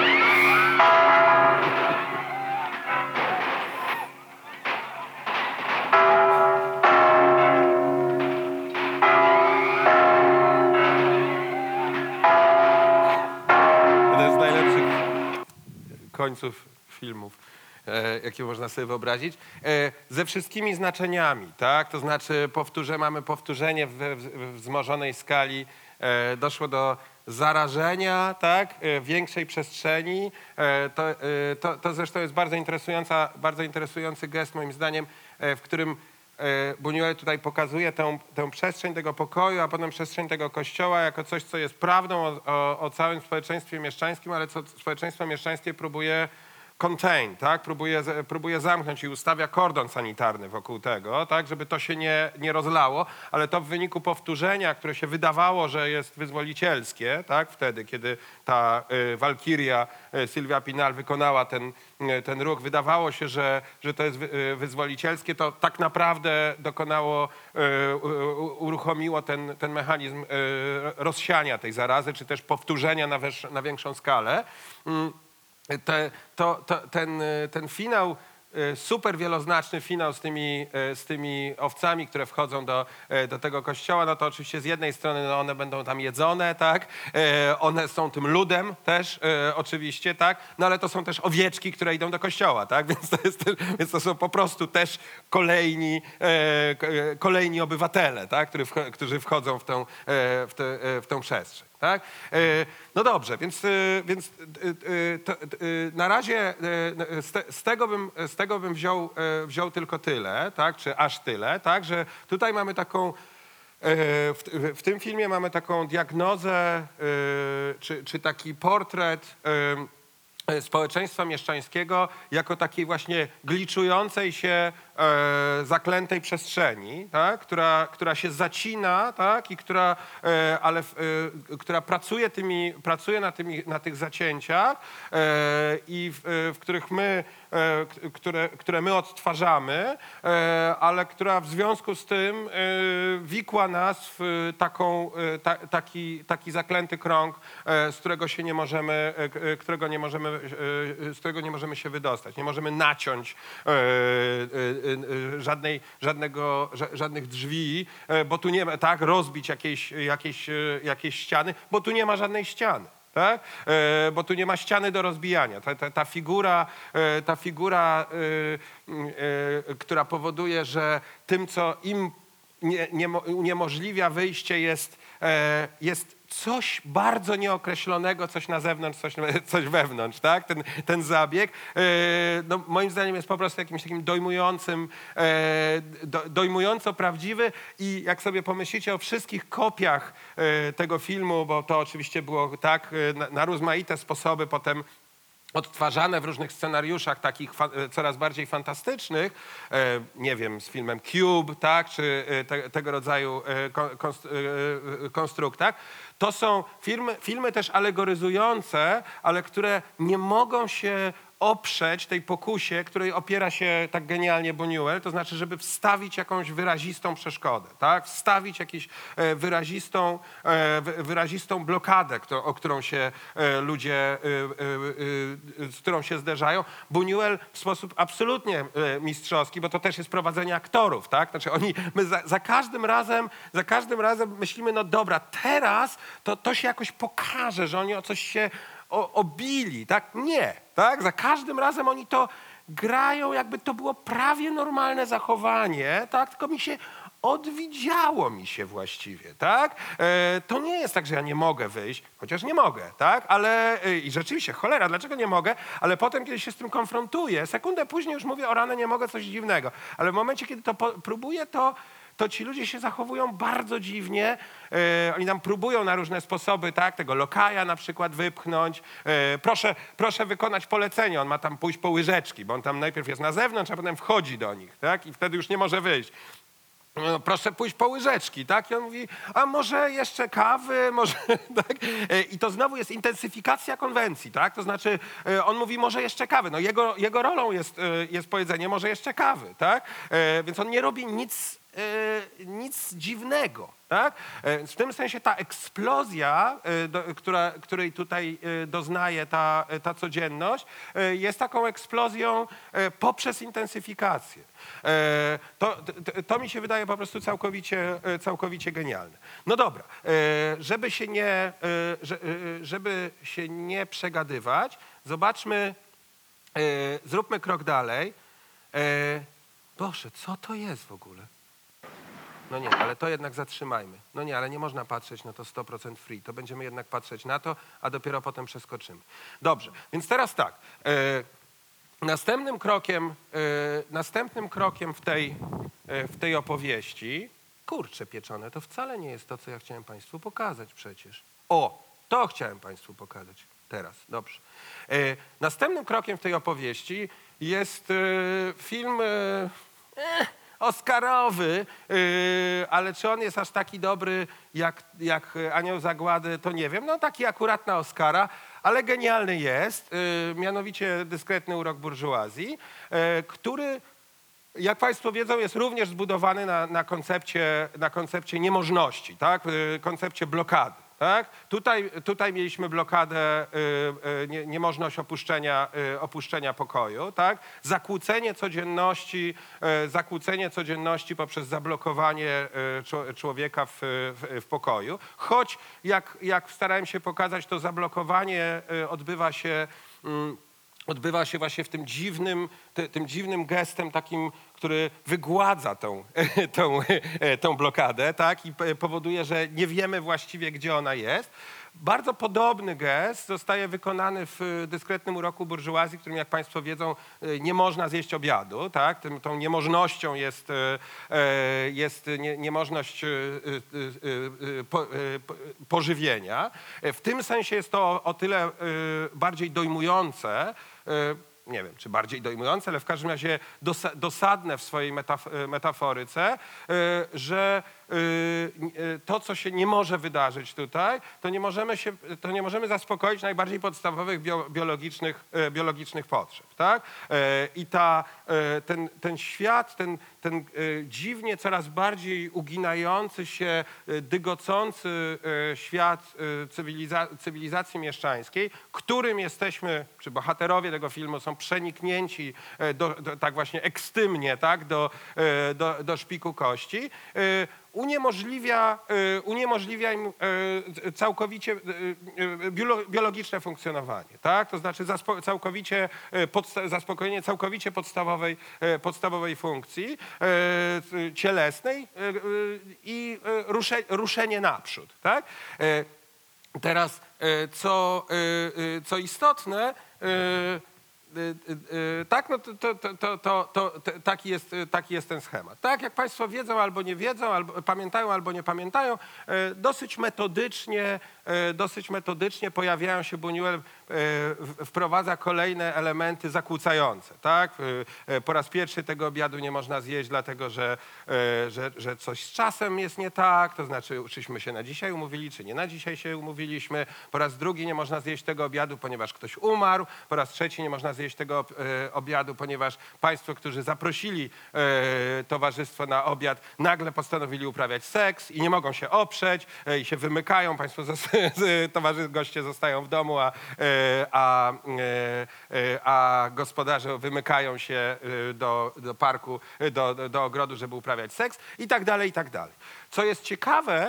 B: Jeden z najlepszych końców filmów, e, jakie można sobie wyobrazić. E, ze wszystkimi znaczeniami, tak? To znaczy powtórze, mamy powtórzenie w, w, w wzmożonej skali. E, doszło do zarażenia, tak? E, większej przestrzeni. E, to, e, to, to zresztą jest bardzo interesująca, bardzo interesujący gest moim zdaniem, e, w którym e, Buñuel tutaj pokazuje tę, tę przestrzeń tego pokoju, a potem przestrzeń tego kościoła jako coś, co jest prawdą o, o, o całym społeczeństwie mieszczańskim, ale co społeczeństwo mieszczańskie próbuje contain, tak? Próbuje, z- próbuje zamknąć i ustawia kordon sanitarny wokół tego, tak? Żeby to się nie, nie rozlało, ale to w wyniku powtórzenia, które się wydawało, że jest wyzwolicielskie, tak? Wtedy, kiedy ta y, walkiria y, Sylwia Pinal wykonała ten, y, ten ruch, wydawało się, że, że to jest wy, y, wyzwolicielskie, to tak naprawdę dokonało, y, u- uruchomiło ten, ten mechanizm y, rozsiania tej zarazy, czy też powtórzenia na, wesz, na większą skalę. Mm. Te, to, to, ten, ten finał y, super wieloznaczny finał z tymi, y, z tymi owcami, które wchodzą do, y, do tego kościoła, no to oczywiście z jednej strony no one będą tam jedzone, tak? Y, one są tym ludem też y, oczywiście, tak? No ale to są też owieczki, które idą do kościoła, tak? Więc to, jest, więc to są po prostu też kolejni, y, kolejni obywatele, tak? Którzy, wch- którzy wchodzą w tę, y, w tę, y, w tę przestrzeń. Tak? No dobrze, więc, więc to, na razie z tego bym, z tego bym wziął, wziął tylko tyle, tak? Czy aż tyle, tak? Że tutaj mamy taką, w, w tym filmie mamy taką diagnozę, czy, czy taki portret społeczeństwa mieszczańskiego jako takiej właśnie gliczującej się e, zaklętej przestrzeni, tak? która, która się zacina, tak? I która, e, ale, e, która pracuje, tymi, pracuje na, tymi, na tych zacięciach e, i w, e, w których my, e, które, które my odtwarzamy, e, ale która w związku z tym e, wikła nas w taką, e, ta, taki, taki zaklęty krąg, e, z którego się nie możemy, e, którego nie możemy z którego nie możemy się wydostać. Nie możemy naciąć e, e, e, żadnej, żadnego, ża, żadnych drzwi, e, bo tu nie ma, tak, rozbić jakieś, jakieś, jakieś ściany, bo tu nie ma żadnej ściany. Tak? E, bo tu nie ma ściany do rozbijania. Ta, ta, ta figura, e, ta figura e, e, która powoduje, że tym, co im nie, nie, uniemożliwia wyjście, jest, e, jest coś bardzo nieokreślonego, coś na zewnątrz, coś, coś wewnątrz, tak? Ten, ten zabieg, e, no, moim zdaniem jest po prostu jakimś takim dojmującym, e, do, dojmująco prawdziwy i jak sobie pomyślicie o wszystkich kopiach e, tego filmu, bo to oczywiście było tak, e, na, na rozmaite sposoby potem odtwarzane w różnych scenariuszach takich fa- coraz bardziej fantastycznych, e, nie wiem, z filmem Cube, tak, czy e, te, tego rodzaju e, konst- e, konstruktach, to są filmy, filmy też alegoryzujące, ale które nie mogą się oprzeć tej pokusie, której opiera się tak genialnie Buñuel, to znaczy, żeby wstawić jakąś wyrazistą przeszkodę, tak? Wstawić jakąś e, wyrazistą, e, wyrazistą blokadę, kto, o którą się e, ludzie, e, e, e, z którą się zderzają. Buñuel w sposób absolutnie e, mistrzowski, bo to też jest prowadzenie aktorów, tak? Znaczy oni, my za, za każdym razem, za każdym razem myślimy, no dobra, teraz to, to się jakoś pokaże, że oni o coś się O, obili, tak? Nie, tak? Za każdym razem oni to grają, jakby to było prawie normalne zachowanie, tak? Tylko mi się odwidziało mi się właściwie, tak? E, to nie jest tak, że ja nie mogę wyjść, chociaż nie mogę, tak? Ale e, i rzeczywiście, cholera, dlaczego nie mogę? Ale potem, kiedy się z tym konfrontuję, sekundę później już mówię, o rany, nie mogę, coś dziwnego. Ale w momencie, kiedy to po, próbuję, to to ci ludzie się zachowują bardzo dziwnie. E, oni nam próbują na różne sposoby, tak, tego lokaja na przykład wypchnąć. E, proszę, proszę wykonać polecenie, on ma tam pójść po łyżeczki, bo on tam najpierw jest na zewnątrz, a potem wchodzi do nich, tak, i wtedy już nie może wyjść. No, proszę pójść po łyżeczki, tak? I on mówi, a może jeszcze kawy, może, tak? E, I to znowu jest intensyfikacja konwencji, tak? To znaczy, e, on mówi, może jeszcze kawy. No jego, jego rolą jest, e, jest powiedzenie, może jeszcze kawy, tak? E, więc on nie robi nic, e, nic dziwnego, tak? E, w tym sensie ta eksplozja, e, do, która, której tutaj e, doznaje ta, ta codzienność, e, jest taką eksplozją e, poprzez intensyfikację. E, to, to, to mi się wydaje po prostu całkowicie, całkowicie genialne. No dobra, e, żeby się nie, e, że, e, żeby się nie przegadywać, zobaczmy, e, zróbmy krok dalej. E, Boże, co to jest w ogóle? No nie, ale to jednak zatrzymajmy. No nie, ale nie można patrzeć na to sto procent free. To będziemy jednak patrzeć na to, a dopiero potem przeskoczymy. Dobrze, więc teraz tak. E, następnym krokiem, e, następnym krokiem w tej, e, w tej opowieści, kurczę pieczone, to wcale nie jest to, co ja chciałem Państwu pokazać przecież. O, to chciałem Państwu pokazać teraz. Dobrze. E, następnym krokiem w tej opowieści jest e, film... E, eh, Oscarowy, yy, ale czy on jest aż taki dobry jak, jak Anioł Zagłady, to nie wiem. No taki akurat na Oscara, ale genialny jest, yy, mianowicie Dyskretny urok burżuazji, yy, który, jak Państwo wiedzą, jest również zbudowany na, na, koncepcie, na koncepcie niemożności, tak? Yy, koncepcie blokady. Tak? Tutaj, tutaj mieliśmy blokadę, y, y, nie, niemożność opuszczenia, y, opuszczenia pokoju. Tak? Zakłócenie codzienności, y, zakłócenie codzienności poprzez zablokowanie y, czo- człowieka w, w, w pokoju. Choć jak, jak starałem się pokazać, to zablokowanie y, odbywa się... Y, odbywa się właśnie w tym dziwnym, ty, tym dziwnym gestem takim, który wygładza tą, tą, tą blokadę, tak? I powoduje, że nie wiemy właściwie, gdzie ona jest. Bardzo podobny gest zostaje wykonany w dyskretnym uroku burżuazji, którym, jak państwo wiedzą, nie można zjeść obiadu. Tak? Tym, tą niemożnością jest, jest nie, niemożność po, pożywienia. W tym sensie jest to o tyle bardziej dojmujące, nie wiem, czy bardziej dojmujące, ale w każdym razie dosa- dosadne w swojej metaf- metaforyce, że to, co się nie może wydarzyć tutaj, to nie możemy, się, to nie możemy zaspokoić najbardziej podstawowych bio- biologicznych, biologicznych potrzeb. Tak? I ta, ten, ten świat, ten, ten dziwnie coraz bardziej uginający się, dygocący świat cywiliza- cywilizacji mieszczańskiej, którym jesteśmy, czy bohaterowie tego filmu są przeniknięci do, do, tak właśnie ekstymnie, tak? do, do, do szpiku kości, uniemożliwia, uniemożliwia im całkowicie biologiczne funkcjonowanie. Tak? To znaczy zaspo, całkowicie podsta- zaspokojenie całkowicie podstawowej, podstawowej funkcji cielesnej i rusze, ruszenie naprzód. Tak? Teraz, co, co istotne, tak, no to, to, to, to, to, to taki, jest, taki jest ten schemat. Tak, jak państwo wiedzą albo nie wiedzą, albo pamiętają albo nie pamiętają, dosyć metodycznie, dosyć metodycznie pojawiają się, Buñuel wprowadza kolejne elementy zakłócające. Tak? Po raz pierwszy tego obiadu nie można zjeść, dlatego że, że, że coś z czasem jest nie tak, to znaczy czyśmy się na dzisiaj umówili, czy nie na dzisiaj się umówiliśmy. Po raz drugi nie można zjeść tego obiadu, ponieważ ktoś umarł. Po raz trzeci nie można zjeść tego obiadu, ponieważ państwo, którzy zaprosili towarzystwo na obiad, nagle postanowili uprawiać seks i nie mogą się oprzeć i się wymykają. Państwo, towarzysze, goście zostają w domu, a A, a gospodarze wymykają się do, do parku, do, do, do ogrodu, żeby uprawiać seks i tak dalej, i tak dalej. Co jest ciekawe,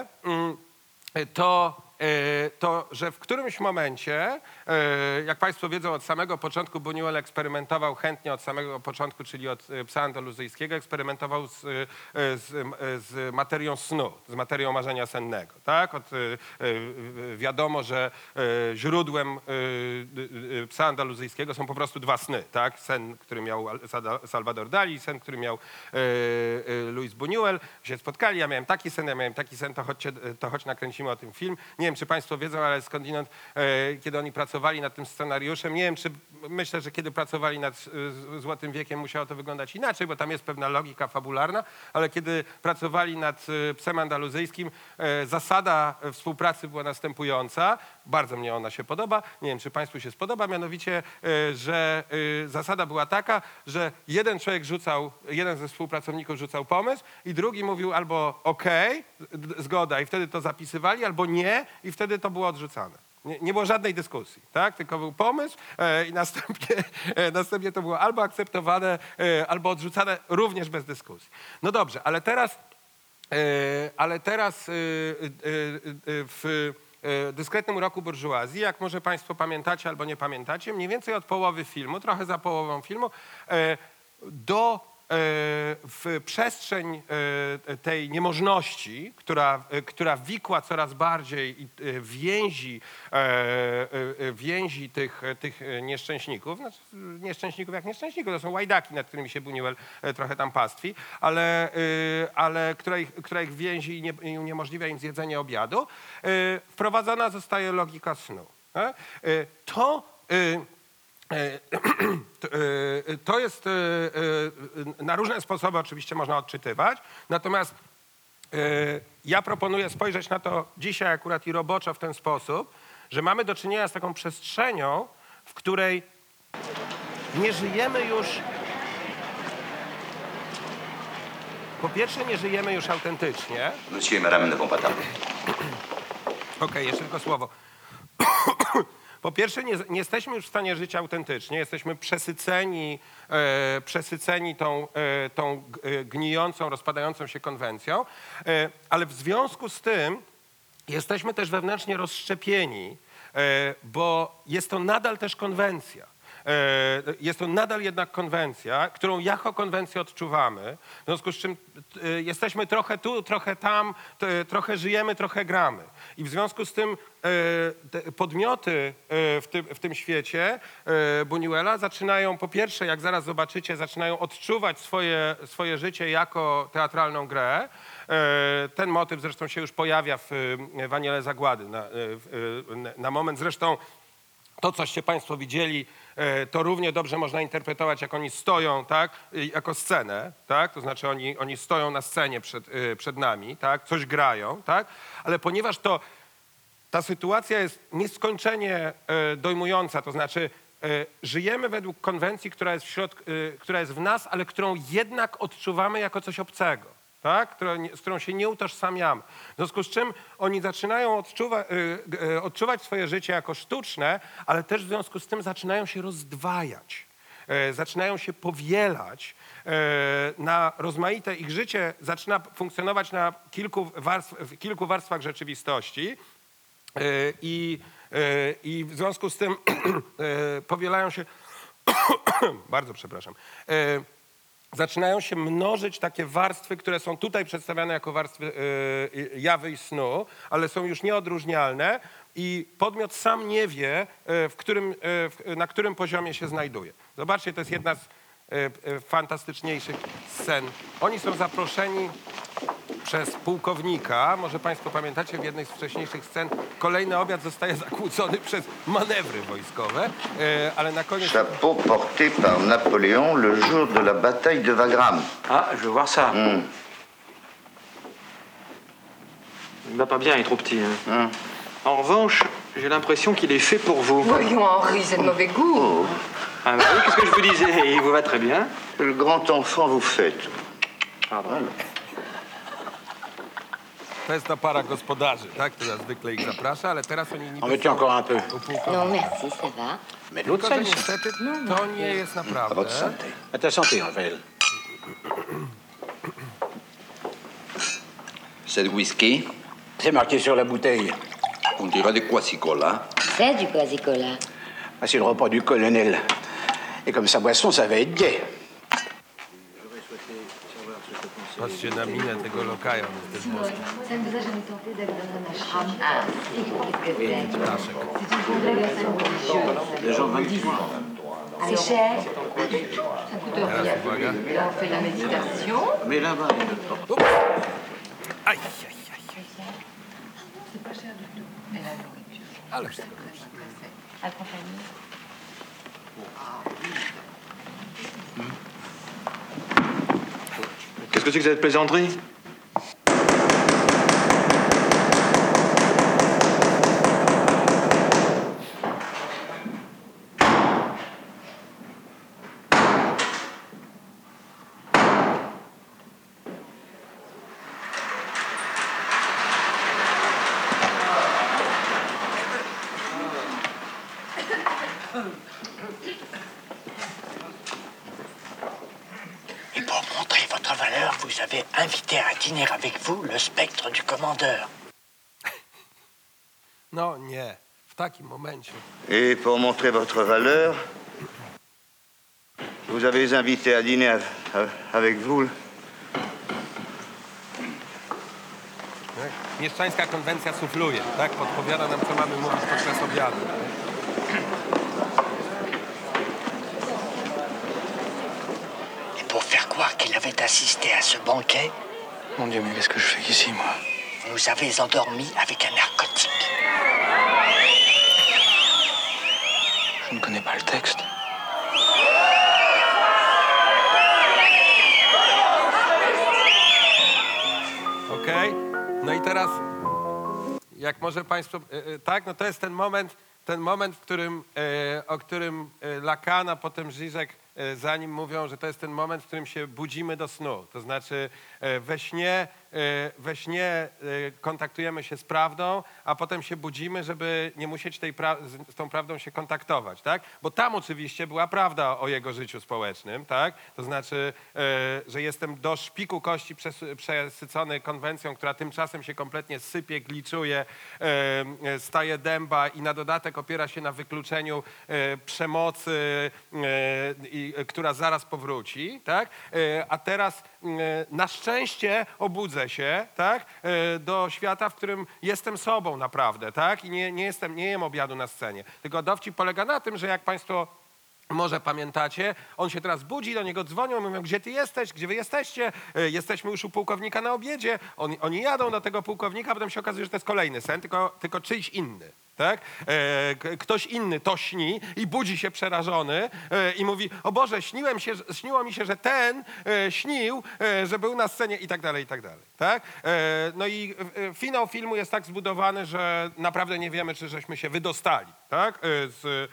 B: to, to że w którymś momencie, jak państwo wiedzą, od samego początku Buñuel eksperymentował chętnie od samego początku, czyli od Psa Andaluzyjskiego, eksperymentował z, z, z materią snu, z materią marzenia sennego. Tak? Od, wiadomo, że źródłem Psa Andaluzyjskiego są po prostu dwa sny. Tak? Sen, który miał Salvador Dali, sen, który miał Luis Buñuel. Się spotkali, ja miałem taki sen, ja miałem taki sen, to, chodźcie, to choć nakręcimy o tym film. Nie wiem, czy państwo wiedzą, ale skądinąd, kiedy oni pracowali nad tym scenariuszem, nie wiem, czy myślę, że kiedy pracowali nad Złotym Wiekiem, musiało to wyglądać inaczej, bo tam jest pewna logika fabularna, ale kiedy pracowali nad Psem Andaluzyjskim, zasada współpracy była następująca. Bardzo mnie ona się podoba. Nie wiem, czy państwu się spodoba. Mianowicie, że zasada była taka, że jeden człowiek rzucał, jeden ze współpracowników rzucał pomysł i drugi mówił albo okej, zgoda i wtedy to zapisywali, albo nie i wtedy to było odrzucane. Nie, nie było żadnej dyskusji, tak? Tylko był pomysł e, i następnie, e, następnie to było albo akceptowane, e, albo odrzucane również bez dyskusji. No dobrze, ale teraz, e, ale teraz e, e, w dyskretnym uroku burżuazji, jak może państwo pamiętacie albo nie pamiętacie, mniej więcej od połowy filmu, trochę za połową filmu, e, do w przestrzeń tej niemożności, która, która wikła coraz bardziej więzi, więzi tych, tych nieszczęśników, znaczy nieszczęśników jak nieszczęśników, to są łajdaki, nad którymi się Buñuel trochę tam pastwi, ale, ale która, ich, która ich więzi i, nie, i uniemożliwia im zjedzenie obiadu, wprowadzona zostaje logika snu. To To jest na różne sposoby oczywiście można odczytywać, natomiast ja proponuję spojrzeć na to dzisiaj akurat i roboczo w ten sposób, że mamy do czynienia z taką przestrzenią, w której nie żyjemy już, po pierwsze nie żyjemy już autentycznie.
D: Monsieur et Madame ne vont pas tarder.
B: Okej, jeszcze tylko słowo. Po pierwsze, nie, nie jesteśmy już w stanie żyć autentycznie, jesteśmy przesyceni, e, przesyceni tą, e, tą e, gnijącą, rozpadającą się konwencją, e, ale w związku z tym jesteśmy też wewnętrznie rozszczepieni, e, bo jest to nadal też konwencja. E, Jest to nadal jednak konwencja, którą jako konwencję odczuwamy, w związku z czym e, jesteśmy trochę tu, trochę tam, t- trochę żyjemy, trochę gramy. I w związku z tym e, te podmioty e, w tym, w tym świecie e, Buñuela zaczynają, po pierwsze, jak zaraz zobaczycie, zaczynają odczuwać swoje, swoje życie jako teatralną grę. E, Ten motyw zresztą się już pojawia w e, Aniele Zagłady na, e, w, e, na moment. Zresztą to, coście Państwo widzieli, e, to równie dobrze można interpretować, jak oni stoją, tak, i jako scenę, tak, to znaczy oni, oni stoją na scenie przed, e, przed nami, tak, coś grają, tak, ale ponieważ to, ta sytuacja jest nieskończenie e, dojmująca, to znaczy e, żyjemy według konwencji, która jest, w środku, e, która jest w nas, ale którą jednak odczuwamy jako coś obcego. Tak? Która, z którą się nie utożsamiamy. W związku z czym oni zaczynają odczuwa, y, y, odczuwać swoje życie jako sztuczne, ale też w związku z tym zaczynają się rozdwajać, y, zaczynają się powielać. Y, na rozmaite ich życie zaczyna funkcjonować na kilku, warstw, w kilku warstwach rzeczywistości y, i, y, i w związku z tym y, powielają się bardzo przepraszam. Y, Zaczynają się mnożyć takie warstwy, które są tutaj przedstawiane jako warstwy y, jawy i snu, ale są już nieodróżnialne i podmiot sam nie wie, y, w którym, y, na którym poziomie się znajduje. Zobaczcie, to jest jedna z y, y, fantastyczniejszych scen. Oni są zaproszeni przez pułkownika. Może Państwo pamiętacie, w jednej z wcześniejszych scen kolejny obiad zostaje zakłócony przez manewry wojskowe, y, ale na koniec...
D: Chapeau porté par Napoléon le jour de la bataille de Wagram.
E: Ah, je veux voir ça.
D: Hmm.
E: Il va pas bien, il est trop petit. hein.
D: Hmm.
E: En revanche, j'ai l'impression qu'il est fait pour vous.
F: Voyons, Henri, c'est de mauvais goût.
E: Ah bah oui, qu'est-ce que je vous disais? Il vous va très bien.
D: Le grand enfant vous faites.
E: Pardon.
B: To jest ta para gospodarzy, tak, która zwykle ich zaprasza, ale teraz oni niby
G: En veux-tu encore un peu?
B: u pułkownika.
F: Non, merci, ça va.
G: Mais de l'eau de
B: Tylko, że
G: sel, ça.
B: niestety to nie jest
G: À
B: naprawdę.
G: votre santé. À ta santé, Raphaël.
H: C'est du whisky.
G: C'est marqué sur la bouteille.
H: On dirait du quasicola.
F: C'est du quasi-cola.
G: Ah, c'est le repas du colonel. Et comme sa boisson, ça va être gai.
B: Patrzcie na minę tego lokaja, on jest też boski.
F: Ça ne vous a jamais tenté d'aller dans un ashram? Ah, si, qu'est-ce que c'est?
B: Ptaszek.
F: C'est une congrégation religieuse.
G: Les gens vingt fois.
F: C'est cher? Ça coûte rien.
B: Teraz uwaga.
F: Là, on fait la méditation.
G: Mais là-bas, il y a d'autres portes.
B: Aj, aj, aj, aj.
F: C'est pas cher du tout. Et la nourriture.
B: Ale wszystko dobrze.
F: Accompagné.
E: Qu'est-ce que c'est que cette plaisanterie?
I: Et pour montrer votre valeur, vous avez invité à dîner avec vous le spectre du commandeur.
B: No nie, w takim momencie.
D: Et pour montrer votre valeur, vous avez invité à dîner av- av- avec vous
B: Tak? Mieszczańska konwencja sufluje, tak? Podpowiada nam, co mamy mówić podczas obiadu.
I: Et pour faire croire qu'il avait assisté à ce banquet,
E: Mon Dieu, mais qu'est-ce que je fais ici, moi?
I: vous avez endormi avec un narcotique.
E: Je ne connais pas le texte.
B: Okej? No i teraz, jak może Państwo... e, e, tak, no to jest ten moment, ten moment, w którym, e, o którym e, Lacan, a potem Zizek e, za nim mówią, że to jest ten moment, w którym się budzimy do snu. To znaczy e, we śnie, e, we śnie e, kontaktujemy się z prawdą, a potem się budzimy, żeby nie musieć tej pra- z, z tą prawdą się kontaktować, tak? Bo tam oczywiście była prawda o jego życiu społecznym, tak? To znaczy, e, że jestem do szpiku kości przes- przesycony konwencją, która tymczasem się kompletnie sypie, gliczuje, e, staje dęba i na dodatek opiera się na wykluczeniu e, przemocy, e, i, e, która zaraz powróci, tak? E, a teraz e, na szczęście obudzę się, tak? E, do świata, w którym jestem sobą naprawdę, tak? I nie, nie jestem, nie jem obiadu na scenie. Tylko dowcip polega na tym, że jak państwo może pamiętacie, on się teraz budzi, do niego dzwonią, mówią, gdzie ty jesteś, gdzie wy jesteście, e, jesteśmy już u pułkownika na obiedzie, on, oni jadą do tego pułkownika, a potem się okazuje, że to jest kolejny sen, tylko, tylko czyjś inny. Tak? E, k- ktoś inny to śni i budzi się przerażony e, i mówi, o Boże, śniłem się, że- śniło mi się, że ten e, śnił, e, że był na scenie i tak dalej, i tak dalej. Tak? E, no i e, finał filmu jest tak zbudowany, że naprawdę nie wiemy, czy żeśmy się wydostali. Tak? E, z,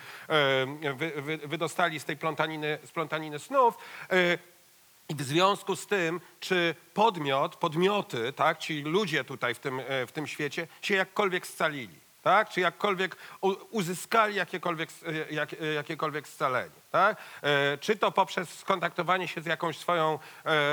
B: e, wy, wy, wydostali z tej plątaniny, z plątaniny snów. E, I w związku z tym, czy podmiot, podmioty, tak, ci ludzie tutaj w tym, e, w tym świecie się jakkolwiek scalili. Tak? Czy jakkolwiek u- uzyskali jakiekolwiek, e, jak, e, jakiekolwiek scalenie. Tak? E, czy to poprzez skontaktowanie się z jakąś swoją e, e,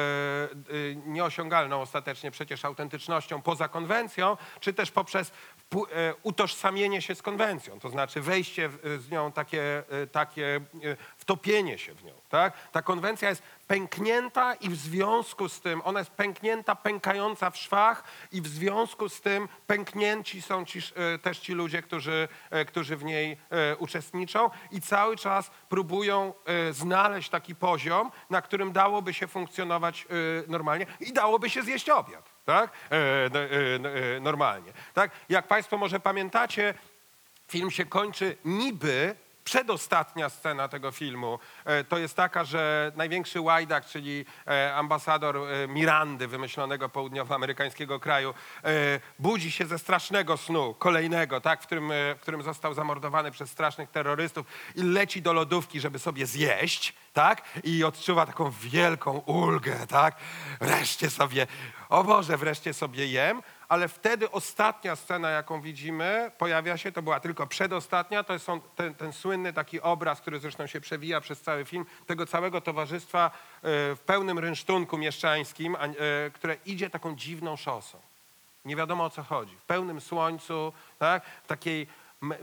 B: nieosiągalną ostatecznie przecież autentycznością poza konwencją, czy też poprzez pu- e, utożsamienie się z konwencją, to znaczy wejście w, z nią, takie, e, takie e, wtopienie się w nią. Tak? Ta konwencja jest pęknięta i w związku z tym, ona jest pęknięta, pękająca w szwach i w związku z tym pęknięci są ci, e, też ci ludzie, którzy, e, którzy w niej e, uczestniczą i cały czas próbują e, znaleźć taki poziom, na którym dałoby się funkcjonować e, normalnie i dałoby się zjeść obiad. Tak? E, n- e, n- e, normalnie. Tak? Jak państwo może pamiętacie, film się kończy niby, przedostatnia scena tego filmu e, to jest taka, że największy łajdak, czyli e, ambasador e, Mirandy, wymyślonego południowoamerykańskiego kraju, e, budzi się ze strasznego snu, kolejnego, tak, w którym, e, w którym został zamordowany przez strasznych terrorystów i leci do lodówki, żeby sobie zjeść, tak, i odczuwa taką wielką ulgę, tak, wreszcie sobie, o Boże, wreszcie sobie jem. Ale wtedy ostatnia scena, jaką widzimy, pojawia się, to była tylko przedostatnia, to jest są ten, ten słynny taki obraz, który zresztą się przewija przez cały film, tego całego towarzystwa e, w pełnym rynsztunku mieszczańskim, a, e, które idzie taką dziwną szosą. Nie wiadomo, o co chodzi. W pełnym słońcu, tak? W takiej, m, e,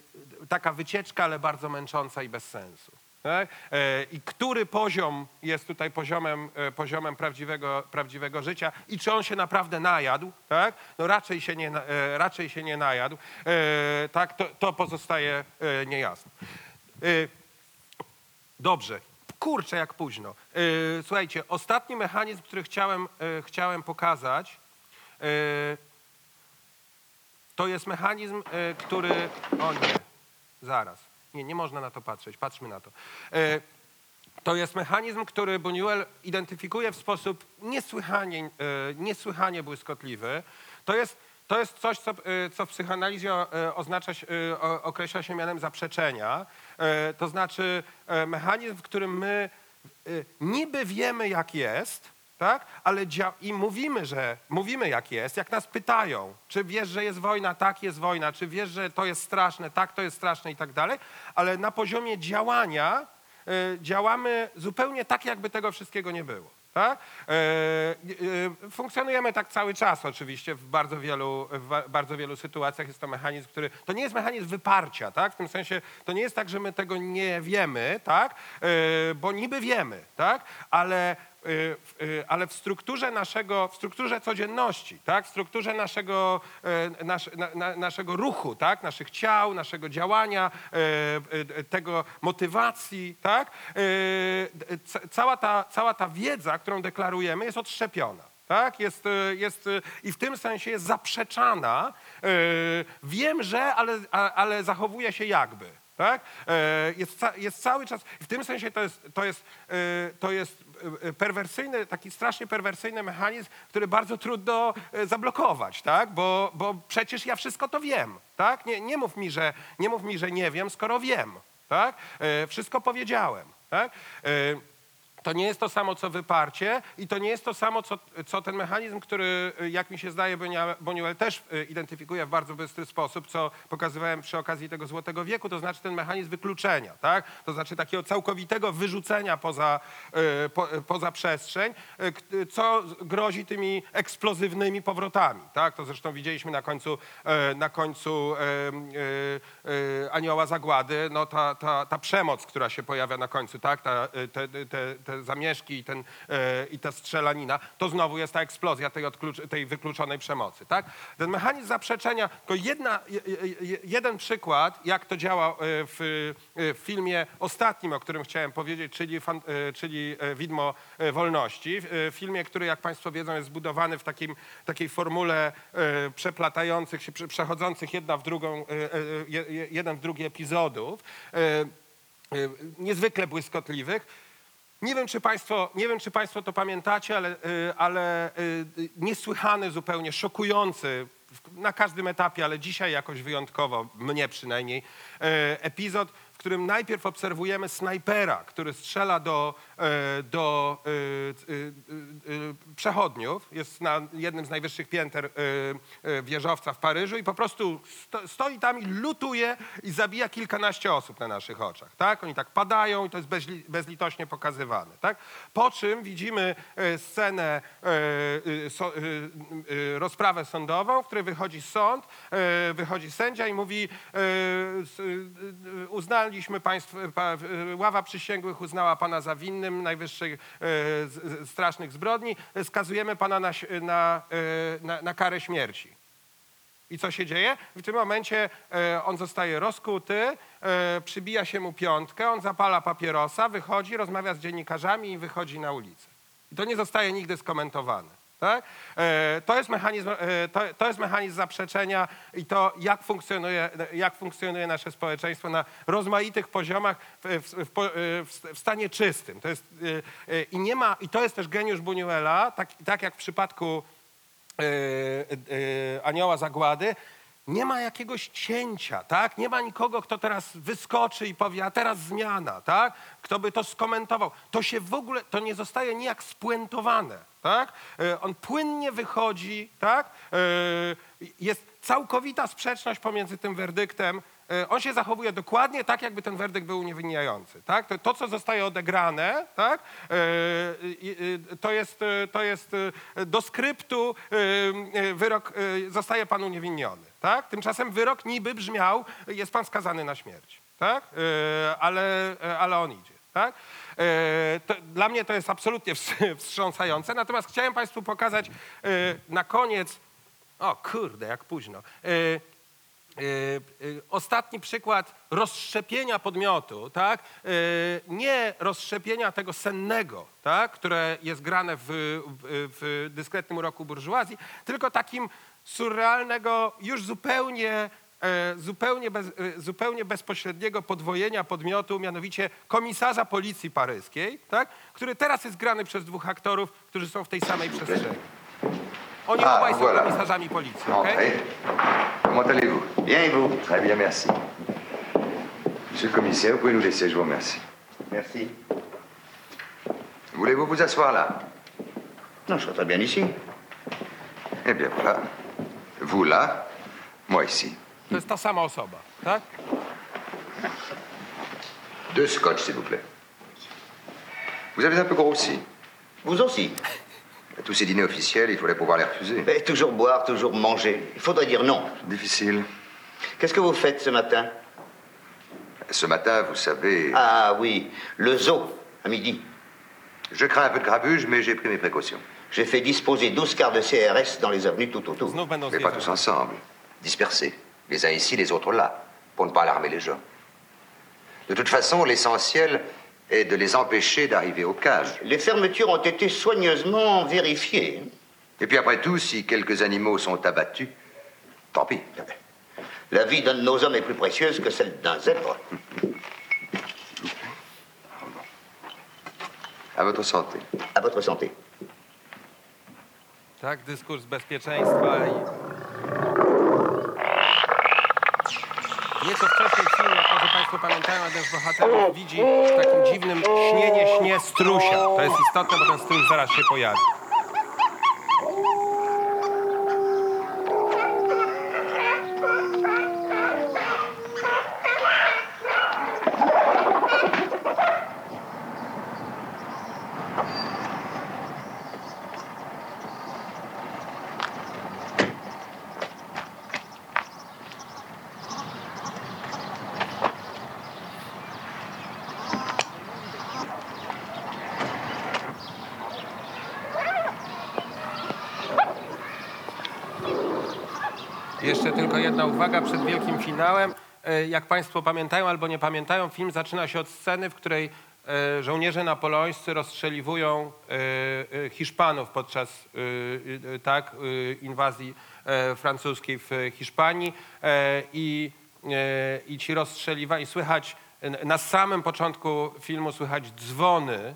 B: taka wycieczka, ale bardzo męcząca i bez sensu. Tak? E, I który poziom jest tutaj poziomem, e, poziomem prawdziwego, prawdziwego życia i czy on się naprawdę najadł, tak? No raczej się nie, na- e, raczej się nie najadł, e, tak? to, to pozostaje e, niejasne. E, dobrze, kurczę jak późno. E, słuchajcie, ostatni mechanizm, który chciałem, e, chciałem pokazać, e, to jest mechanizm, e, który... O nie, zaraz. Nie, nie można na to patrzeć. Patrzmy na to. E, to jest mechanizm, który Buñuel identyfikuje w sposób niesłychanie, e, niesłychanie błyskotliwy. To jest, to jest coś, co, e, co w psychoanalizie e, oznacza, się- e, o- określa się mianem zaprzeczenia. E, to znaczy e, mechanizm, w którym my e, niby wiemy, jak jest, tak? Ale dzia- i mówimy, że mówimy jak jest, jak nas pytają, czy wiesz, że jest wojna, tak jest wojna, czy wiesz, że to jest straszne, tak to jest straszne i tak dalej, ale na poziomie działania y, działamy zupełnie tak, jakby tego wszystkiego nie było. Tak? E, e, funkcjonujemy tak cały czas oczywiście w bardzo wielu, w wa- bardzo wielu sytuacjach. Jest to mechanizm, który... To nie jest mechanizm wyparcia, tak? W tym sensie to nie jest tak, że my tego nie wiemy, tak? E, bo niby wiemy, tak? Ale y, y, ale w strukturze naszego, w strukturze codzienności, tak? W strukturze naszego, y, nasz, na, na, naszego ruchu, tak? Naszych ciał, naszego działania, y, y, tego motywacji, tak? Y, ca- cała, ta, cała ta wiedza, którą deklarujemy, jest odszczepiona. Tak? Jest, y, jest, y, I w tym sensie jest zaprzeczana. Y, wiem, że, ale, a, ale zachowuje się jakby. Tak? E, Jest, ca- jest cały czas, w tym sensie to jest, to jest, e, to jest e, perwersyjny, taki strasznie perwersyjny mechanizm, który bardzo trudno e, zablokować, tak? bo, bo przecież ja wszystko to wiem. Tak? Nie, nie, mów mi, że, nie mów mi, że nie wiem, skoro wiem. Tak? E, Wszystko powiedziałem. Tak? Y, To nie jest to samo, co wyparcie i to nie jest to samo, co, co ten mechanizm, który, jak mi się zdaje, Buñuel też identyfikuje w bardzo bystry sposób, co pokazywałem przy okazji tego Złotego Wieku, to znaczy ten mechanizm wykluczenia, tak? To znaczy takiego całkowitego wyrzucenia poza, po, poza przestrzeń, co grozi tymi eksplozywnymi powrotami, tak? To zresztą widzieliśmy na końcu, na końcu Anioła Zagłady, no ta, ta, ta przemoc, która się pojawia na końcu, tak? Ta, te, te, te te zamieszki i, ten, e, i ta strzelanina, to znowu jest ta eksplozja tej, odklucz, tej wykluczonej przemocy. Tak? Ten mechanizm zaprzeczenia, tylko jedna, je, jeden przykład, jak to działa w, w filmie ostatnim, o którym chciałem powiedzieć, czyli, fan, czyli Widmo Wolności. W filmie, który, jak państwo wiedzą, jest zbudowany w takim, takiej formule przeplatających się, przechodzących jedna w drugą, jeden w drugi epizodów, niezwykle błyskotliwych. Nie wiem, czy państwo, nie wiem, czy państwo to pamiętacie, ale, ale niesłychany, zupełnie szokujący na każdym etapie, ale dzisiaj jakoś wyjątkowo, mnie przynajmniej, epizod, w którym najpierw obserwujemy snajpera, który strzela do, do przechodniów, jest na jednym z najwyższych pięter wieżowca w Paryżu i po prostu sto, stoi tam i lutuje i zabija kilkanaście osób na naszych oczach. Tak? Oni tak padają i to jest bezli, bezlitośnie pokazywane. Tak? Po czym widzimy scenę, rozprawę sądową, w której wychodzi sąd, wychodzi sędzia i mówi: uznaliśmy państwo, ława przysięgłych uznała pana za winnym najwyższych e, strasznych zbrodni, skazujemy pana na, na, na, na karę śmierci. I co się dzieje? W tym momencie e, on zostaje rozkuty, e, przybija się mu piątkę, on zapala papierosa, wychodzi, rozmawia z dziennikarzami i wychodzi na ulicę. I to nie zostaje nigdy skomentowane. Tak? E, to jest mechanizm, e, to, to jest mechanizm zaprzeczenia i to, jak funkcjonuje, jak funkcjonuje nasze społeczeństwo na rozmaitych poziomach w, w, w, w stanie czystym. To jest, e, e, i, nie ma, i to jest też geniusz Buñuela, tak, tak jak w przypadku e, e, Anioła Zagłady. Nie ma jakiegoś cięcia, tak? Nie ma nikogo, kto teraz wyskoczy i powie, a teraz zmiana, tak? Kto by to skomentował. To się w ogóle, to nie zostaje nijak spuentowane, tak? On płynnie wychodzi, tak? Jest całkowita sprzeczność pomiędzy tym werdyktem. On się zachowuje dokładnie tak, jakby ten werdykt był uniewinniający. Tak? To, to, co zostaje odegrane, tak? to, jest, to jest do skryptu wyrok, zostaje pan uniewinniony. Tak? Tymczasem wyrok niby brzmiał, jest pan skazany na śmierć. Tak? Ale, ale on idzie. Tak? To, dla mnie to jest absolutnie wstrząsające. Natomiast chciałem państwu pokazać na koniec, o kurde, jak późno, Yy, yy, ostatni przykład rozszczepienia podmiotu, tak? Yy, nie rozszczepienia tego sennego, tak? Które jest grane w, w, w dyskretnym uroku burżuazji, tylko takim surrealnego, już zupełnie, yy, zupełnie, bez, yy, zupełnie bezpośredniego podwojenia podmiotu, mianowicie komisarza policji paryskiej, tak? Który teraz jest grany przez dwóch aktorów, którzy są w tej samej przestrzeni. Oni
D: Ah,
B: obaj są
D: voilà.
B: komisarzami policji. Okay?
D: Entrez. Comment allez-vous? Bien et vous?
J: Très bien, merci. Monsieur le commissaire, vous pouvez nous laisser, je vous remercie.
D: Merci.
J: Voulez-vous vous asseoir là?
D: Non, je serai très bien ici.
J: Eh bien, voilà. Vous là, moi ici.
B: To jest ta sama osoba, tak?
J: Deux scotch, s'il vous plaît. Vous avez un peu grossi.
D: Vous aussi.
J: Tous ces dîners officiels, il faudrait pouvoir les refuser.
D: Mais toujours boire, toujours manger. Il faudrait dire non.
J: Difficile.
D: Qu'est-ce que vous faites ce matin?
J: Ce matin, vous savez...
D: Ah oui, le zoo, à midi.
J: Je crains un peu de grabuge, mais j'ai pris mes précautions.
D: J'ai fait disposer douze cars de C R S dans les avenues tout autour.
B: Znów będą
J: Mais pas tous ensemble. Dispersés. Les uns ici, les autres là. Pour ne pas alarmer les gens. De toute façon, l'essentiel est de les empêcher d'arriver aux cages.
D: Les fermetures ont été soigneusement vérifiées.
J: Et puis après tout, si quelques animaux sont abattus, tant pis.
D: La vie d'un de nos hommes est plus précieuse que celle d'un zèbre.
J: À votre santé.
D: À votre santé.
B: Tak, dyskurs bezpieczeństwa i... Nieco wcześniej w filmie, jak może państwo Państwo pamiętają, jeden z bohaterów widzi w takim dziwnym śnienie śnie strusia. To jest istotne, bo ten struś zaraz się pojawi. Jeszcze tylko jedna uwaga przed wielkim finałem. Jak Państwo pamiętają albo nie pamiętają, film zaczyna się od sceny, w której żołnierze napoleońscy rozstrzeliwują Hiszpanów podczas tak, inwazji francuskiej w Hiszpanii i, i ci rozstrzeliwani, słychać na samym początku filmu słychać dzwony,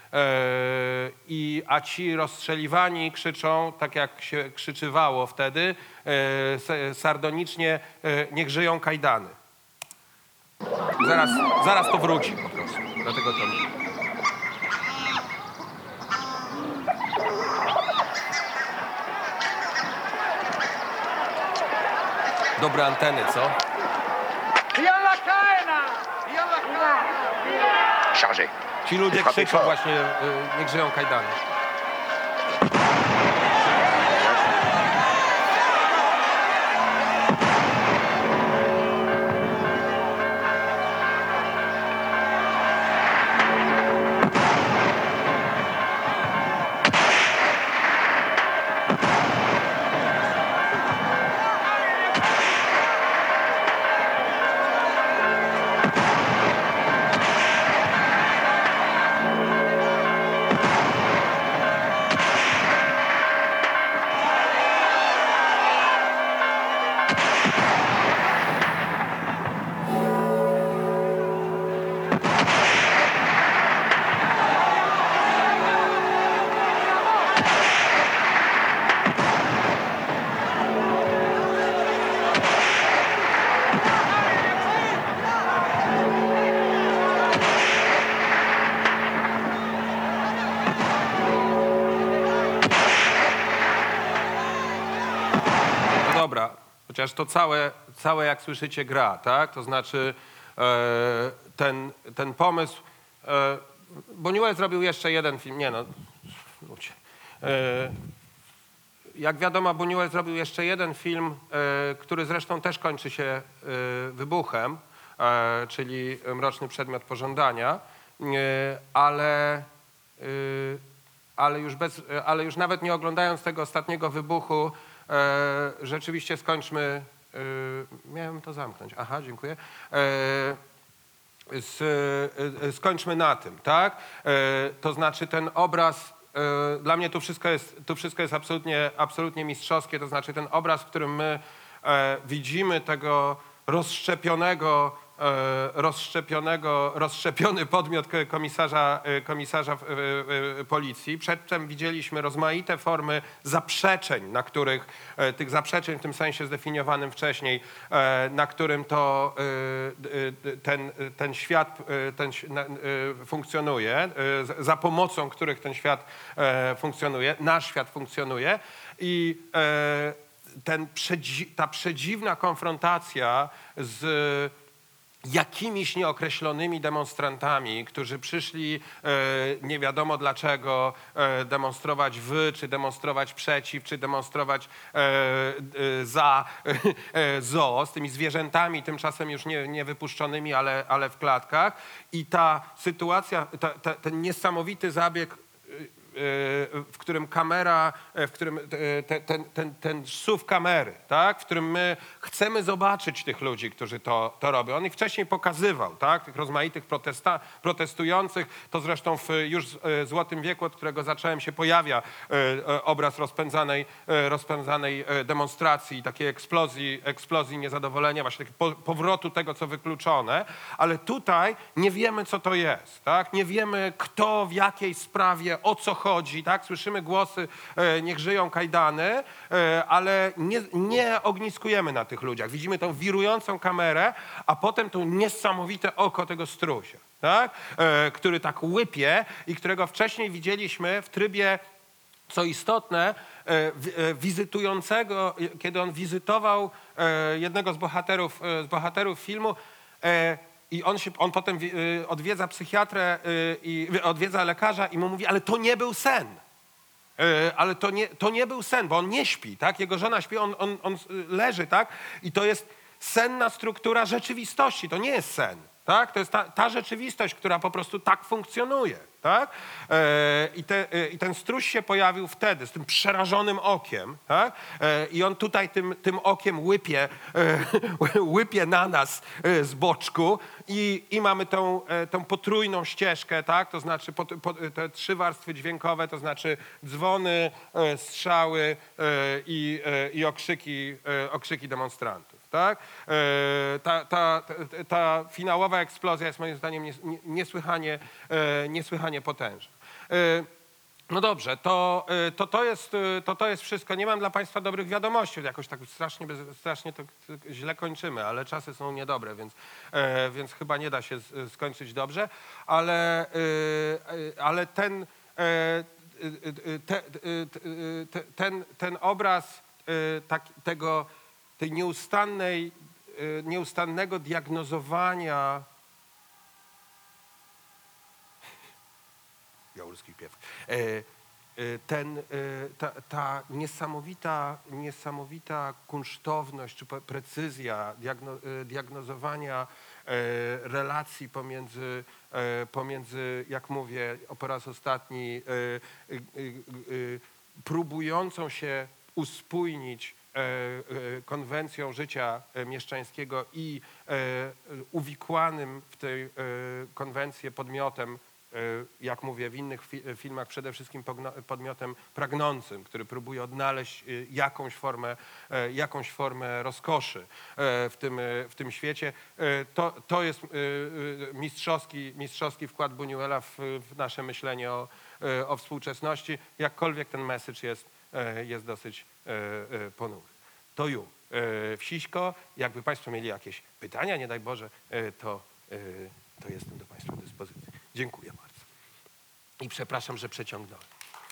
B: I, a ci rozstrzeliwani krzyczą, tak jak się krzyczywało wtedy, e, sardonicznie, e, niech żyją kajdany. Zaraz, zaraz to wróci po prostu. Dlatego to... Dobre anteny, co?
J: Chargé.
B: Ci ludzie krzyczą właśnie, y, niech żyją kajdany. Chociaż to całe, całe, jak słyszycie, gra, tak? To znaczy e, ten, ten pomysł... E, Buñuel zrobił jeszcze jeden film, nie no, ludzie. E, jak wiadomo, Buñuel zrobił jeszcze jeden film, e, który zresztą też kończy się e, wybuchem, e, czyli Mroczny przedmiot pożądania, e, ale, e, ale, już bez, ale już nawet nie oglądając tego ostatniego wybuchu, E, rzeczywiście skończmy, e, miałem to zamknąć, aha, dziękuję, e, z, e, skończmy na tym, tak? E, to znaczy ten obraz, e, dla mnie to wszystko jest, to wszystko jest absolutnie, absolutnie mistrzowskie, to znaczy ten obraz, w którym my e, widzimy tego rozszczepionego, e, rozszczepionego, rozszczepiony podmiot komisarza, komisarza policji. Przedtem widzieliśmy rozmaite formy zaprzeczeń, na których, tych zaprzeczeń w tym sensie zdefiniowanym wcześniej, na którym to ten, ten świat ten funkcjonuje, za pomocą których ten świat funkcjonuje, nasz świat funkcjonuje i ten, ta przedziwna konfrontacja z jakimiś nieokreślonymi demonstrantami, którzy przyszli e, nie wiadomo dlaczego e, demonstrować w, czy demonstrować przeciw, czy demonstrować e, e, za e, zoo, z tymi zwierzętami, tymczasem już nie, nie wypuszczonymi, ale, ale w klatkach. I ta sytuacja, ta, ta, ten niesamowity zabieg, w którym kamera, w którym ten, ten, ten, ten suw kamery, tak? W którym my chcemy zobaczyć tych ludzi, którzy to, to robią. On ich wcześniej pokazywał, tak? Tych rozmaitych protesta, protestujących. To zresztą w już Złotym wieku, od którego zacząłem, się pojawia obraz rozpędzanej, rozpędzanej demonstracji, takiej eksplozji, eksplozji niezadowolenia, właśnie takiego powrotu tego, co wykluczone. Ale tutaj nie wiemy, co to jest, tak? Nie wiemy, kto, w jakiej sprawie, o co chodzi. dochodzi, tak? Słyszymy głosy, e, niech żyją kajdany, e, ale nie, nie ogniskujemy na tych ludziach. Widzimy tą wirującą kamerę, a potem to niesamowite oko tego strusia, tak? E, który tak łypie i którego wcześniej widzieliśmy w trybie, co istotne, wizytującego, kiedy on wizytował jednego z bohaterów, z bohaterów filmu i on, się, on potem odwiedza psychiatrę i odwiedza lekarza i mu mówi, ale to nie był sen. Ale to nie, to nie był sen, bo on nie śpi, tak? Jego żona śpi, on, on, on leży, tak? I to jest senna struktura rzeczywistości, to nie jest sen. Tak? To jest ta, ta rzeczywistość, która po prostu tak funkcjonuje. Tak? E, i, te, e, I ten struś się pojawił wtedy z tym przerażonym okiem. Tak? E, I on tutaj tym, tym okiem łypie, e, łypie na nas e, z boczku i, i mamy tą, e, tą potrójną ścieżkę, tak? To znaczy po, po, te trzy warstwy dźwiękowe, to znaczy dzwony, e, strzały e, i, e, i okrzyki, e, okrzyki demonstrantów. Tak? E, ta, ta, ta, ta finałowa eksplozja jest moim zdaniem nies, niesłychanie, e, niesłychanie potężna. E, no dobrze, to, to, to, jest, to, to jest wszystko. Nie mam dla Państwa dobrych wiadomości. Jakoś tak strasznie, bez, strasznie to źle kończymy, ale czasy są niedobre, więc, e, więc chyba nie da się z, skończyć dobrze. Ale, e, ale ten, e, te, te, ten, ten obraz e, tak, tego tej nieustannej, nieustannego diagnozowania Jaworski piew. Ten, ta, ta niesamowita, niesamowita kunsztowność czy precyzja diagno, diagnozowania relacji pomiędzy, pomiędzy, jak mówię po raz ostatni, próbującą się uspójnić konwencją życia mieszczańskiego i uwikłanym w tej konwencję podmiotem, jak mówię w innych fi filmach, przede wszystkim podmiotem pragnącym, który próbuje odnaleźć jakąś formę, jakąś formę rozkoszy w tym, w tym świecie. To, to jest mistrzowski, mistrzowski wkład Buñuela w, w nasze myślenie o, o współczesności, jakkolwiek ten message jest, jest dosyć ponury. To ju. Wsiśko, jakby Państwo mieli jakieś pytania, nie daj Boże, to, to jestem do Państwa dyspozycji. Dziękuję bardzo. I przepraszam, że przeciągnąłem.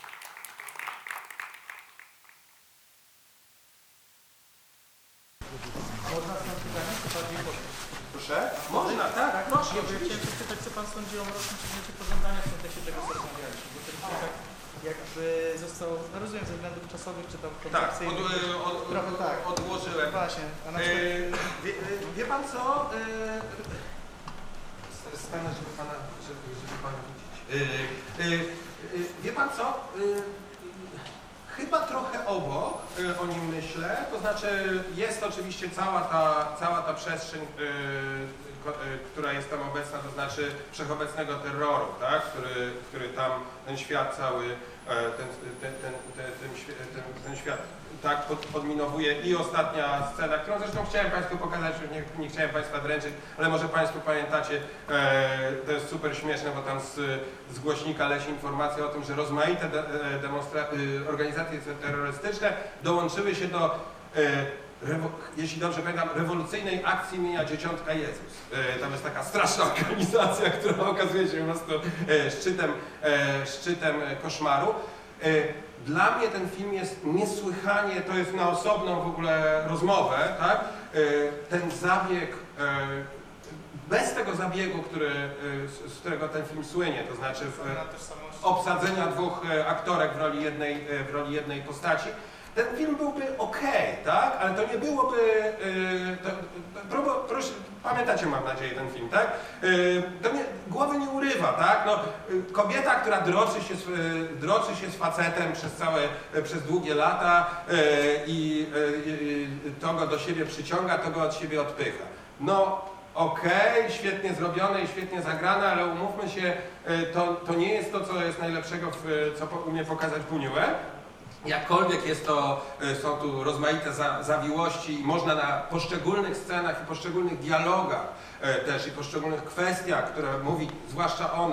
B: Można są pytania? Proszę? Można, tak, tak, proszę. Ja chciałem się spytać, co Pan sądzi o mrocznym przedmiocie pożądania w kontekście tego, co rozmawialiśmy. Bo ten film tak jakby został, no rozumiem, ze względów czasowych, czy tam koncepcyjnych. Tak, od, od, trochę tak. Odłożyłem. Właśnie. A na przykład... e, wie, wie Pan co? E, stanę, żeby Pana, żeby, żeby Pana widzieć. E, e, e, wie Pan co? E, Chyba trochę obok y, o nim myślę, to znaczy jest oczywiście cała ta, cała ta przestrzeń, y, y, y, która jest tam obecna, to znaczy wszechobecnego terroru, tak? który, który tam ten świat cały, y, ten, ten, ten, ten, ten, ten, ten świat tak pod, podminowuje i ostatnia scena, którą zresztą chciałem Państwu pokazać, nie, nie chciałem Państwa dręczyć, ale może Państwo pamiętacie, e, to jest super śmieszne, bo tam z, z głośnika leci informacja o tym, że rozmaite de, demonstra organizacje terrorystyczne dołączyły się do, e, jeśli dobrze pamiętam, rewolucyjnej akcji imienia Dzieciątka Jezus. E, tam jest taka straszna organizacja, która okazuje się po prostu e, szczytem, e, szczytem koszmaru. E, Dla mnie ten film jest niesłychanie, to jest na osobną w ogóle rozmowę, tak? Ten zabieg, bez tego zabiegu, który, z którego ten film słynie, to znaczy obsadzenia dwóch aktorek w roli jednej, w roli jednej postaci, ten film byłby okej, okay, tak? Ale to nie byłoby, yy, to, to, to, proszę, pamiętacie, mam nadzieję, ten film, tak? Yy, to nie, głowy nie urywa, tak? No, yy, kobieta, która droczy się, yy, droczy się z facetem przez całe, yy, przez długie lata yy, i yy, to go do siebie przyciąga, to go od siebie odpycha. No, okej, okay, świetnie zrobione i świetnie zagrane, ale umówmy się, yy, to, to nie jest to, co jest najlepszego, w, co umie pokazać Buñuel. Jakkolwiek jest to, są tu rozmaite za, zawiłości i można na poszczególnych scenach i poszczególnych dialogach e, też i poszczególnych kwestiach, które mówi zwłaszcza ona,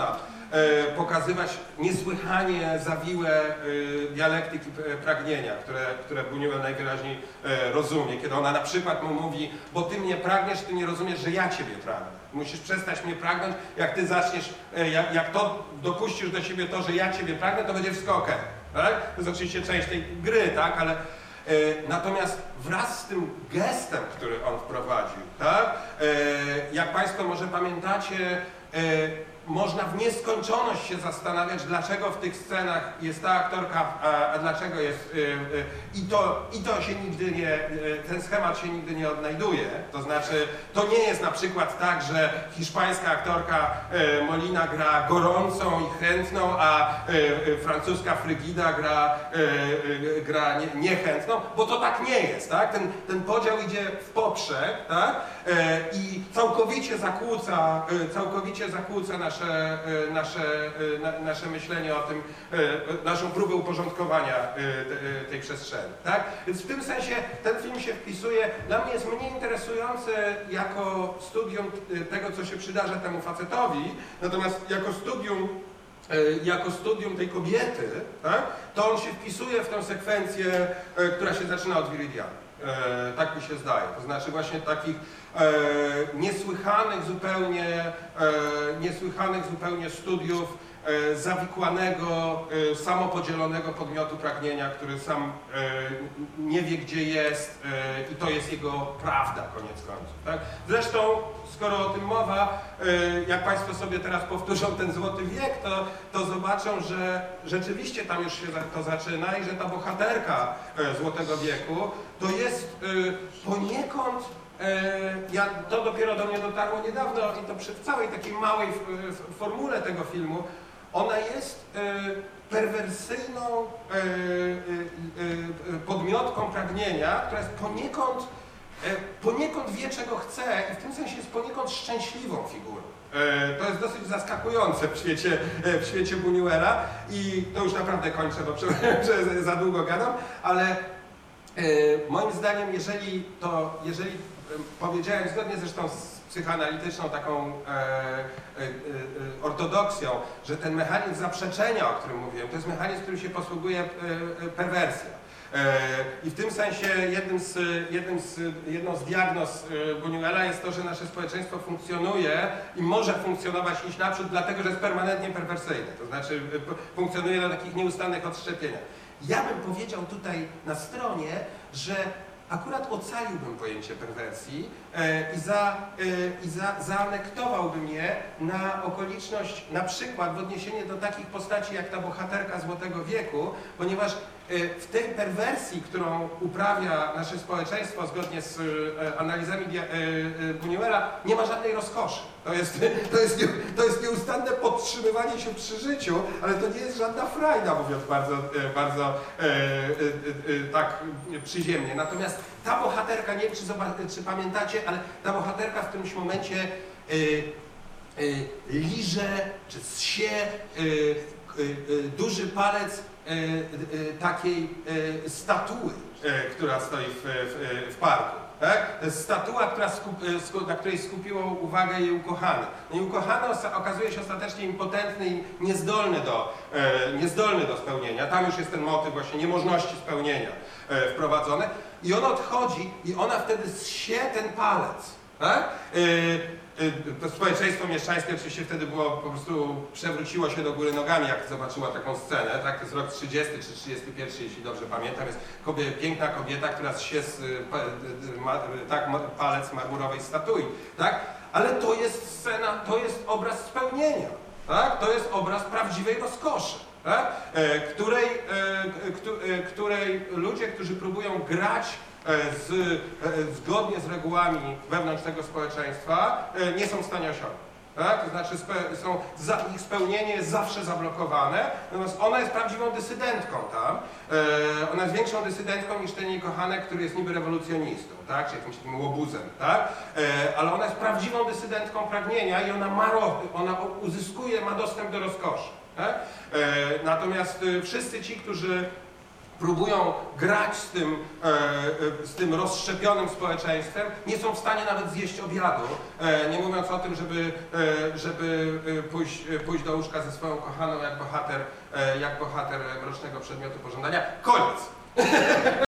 B: e, pokazywać niesłychanie zawiłe e, dialektyki pragnienia, które, które Buñuel najwyraźniej e, rozumie, kiedy ona na przykład mu mówi, bo ty mnie pragniesz, ty nie rozumiesz, że ja ciebie pragnę. Musisz przestać mnie pragnąć, jak ty zaczniesz, e, jak, jak to dopuścisz do siebie to, że ja ciebie pragnę, to będzie wszystko okej. Tak? To jest oczywiście część tej gry, tak? Ale e, natomiast wraz z tym gestem, który on wprowadził, tak? E, jak Państwo może pamiętacie, e, można w nieskończoność się zastanawiać, dlaczego w tych scenach jest ta aktorka, a, a dlaczego jest... Y, y, i, to, I to się nigdy nie... Y, ten schemat się nigdy nie odnajduje. To znaczy, to nie jest na przykład tak, że hiszpańska aktorka y, Molina gra gorącą i chętną, a y, y, francuska Frygida gra, y, y, gra nie, niechętną, bo to tak nie jest, tak? Ten, ten podział idzie w poprzek, tak? Y, I całkowicie zakłóca, y, całkowicie zakłóca nasz Nasze, nasze, nasze myślenie o tym, naszą próbę uporządkowania tej przestrzeni. Tak? Więc w tym sensie ten film się wpisuje, dla mnie jest mniej interesujący jako studium tego, co się przydarza temu facetowi, natomiast jako studium jako studium tej kobiety, tak? To on się wpisuje w tę sekwencję, która się zaczyna od Viridiana. E, tak mi się zdaje, to znaczy właśnie takich e, niesłychanych zupełnie, e, niesłychanych zupełnie studiów e, zawikłanego, e, samopodzielonego podmiotu pragnienia, który sam e, nie wie, gdzie jest e, i to jest jego prawda, koniec końców. Tak? Zresztą, skoro o tym mowa, e, jak Państwo sobie teraz powtórzą ten Złoty Wiek, to, to zobaczą, że rzeczywiście tam już się to zaczyna i że ta bohaterka e, Złotego Wieku to jest y, poniekąd, y, ja, to dopiero do mnie dotarło niedawno i to przy całej takiej małej f, f, formule tego filmu, ona jest y, perwersyjną y, y, y, podmiotką pragnienia, która jest poniekąd, y, poniekąd wie, czego chce i w tym sensie jest poniekąd szczęśliwą figurą. To jest dosyć zaskakujące w świecie, w świecie Buñuela i to już naprawdę kończę, bo że za długo gadam, ale moim zdaniem, jeżeli to, jeżeli powiedziałem zgodnie zresztą z psychoanalityczną taką e, e, e, ortodoksją, że ten mechanizm zaprzeczenia, o którym mówiłem, to jest mechanizm, którym się posługuje e, perwersja. E, I w tym sensie jednym z, jednym z, jedną z diagnoz Buñuela jest to, że nasze społeczeństwo funkcjonuje i może funkcjonować iść naprzód, dlatego że jest permanentnie perwersyjne, to znaczy funkcjonuje na takich nieustannych odszczepieniach. Ja bym powiedział tutaj na stronie, że akurat ocaliłbym pojęcie perwersji e, i, za, e, i za, zaanektowałbym je na okoliczność, na przykład w odniesieniu do takich postaci jak ta bohaterka Złotego Wieku, ponieważ w tej perwersji, którą uprawia nasze społeczeństwo zgodnie z analizami Buñuela, nie ma żadnej rozkoszy. To jest, to, jest nie, to jest nieustanne podtrzymywanie się przy życiu, ale to nie jest żadna frajda, mówiąc bardzo, bardzo e, e, e, tak przyziemnie. Natomiast ta bohaterka, nie wiem czy, czy pamiętacie, ale ta bohaterka w którymś momencie e, e, liże, czy zsie e, e, duży palec takiej statuły, która stoi w, w, w parku. Tak? To jest statua, która skup, na której skupiło uwagę jej ukochany. No i ukochany okazuje się ostatecznie impotentny i niezdolny do, niezdolny do spełnienia. Tam już jest ten motyw właśnie niemożności spełnienia wprowadzony. I on odchodzi i ona wtedy zsie ten palec. Tak? To społeczeństwo mieszczańskie oczywiście wtedy było, po prostu przewróciło się do góry nogami, jak zobaczyła taką scenę, tak? To jest rok trzydziesty czy trzydziesty pierwszy, jeśli dobrze pamiętam, jest kobie, piękna kobieta, która zsie z, ma, tak, palec marmurowej statui, tak? Ale to jest scena, to jest obraz spełnienia, tak? To jest obraz prawdziwej rozkoszy, tak? E, której, e, e, której ludzie, którzy próbują grać Z, zgodnie z regułami wewnątrz tego społeczeństwa nie są w stanie osiągnąć. Tak? To znaczy są, za, ich spełnienie jest zawsze zablokowane, natomiast ona jest prawdziwą dysydentką tam. E, ona jest większą dysydentką niż ten jej kochanek, który jest niby rewolucjonistą, tak? Czy jakimś takim łobuzem, tak? E, ale ona jest prawdziwą dysydentką pragnienia i ona, ma, ona uzyskuje, ma dostęp do rozkoszy. Tak? E, natomiast wszyscy ci, którzy próbują grać z tym, e, e, z tym rozszczepionym społeczeństwem, nie są w stanie nawet zjeść obiadu, e, nie mówiąc o tym, żeby, e, żeby e, pójść, e, pójść do łóżka ze swoją kochaną jak bohater, e, jak bohater Mrocznego Przedmiotu Pożądania. Koniec!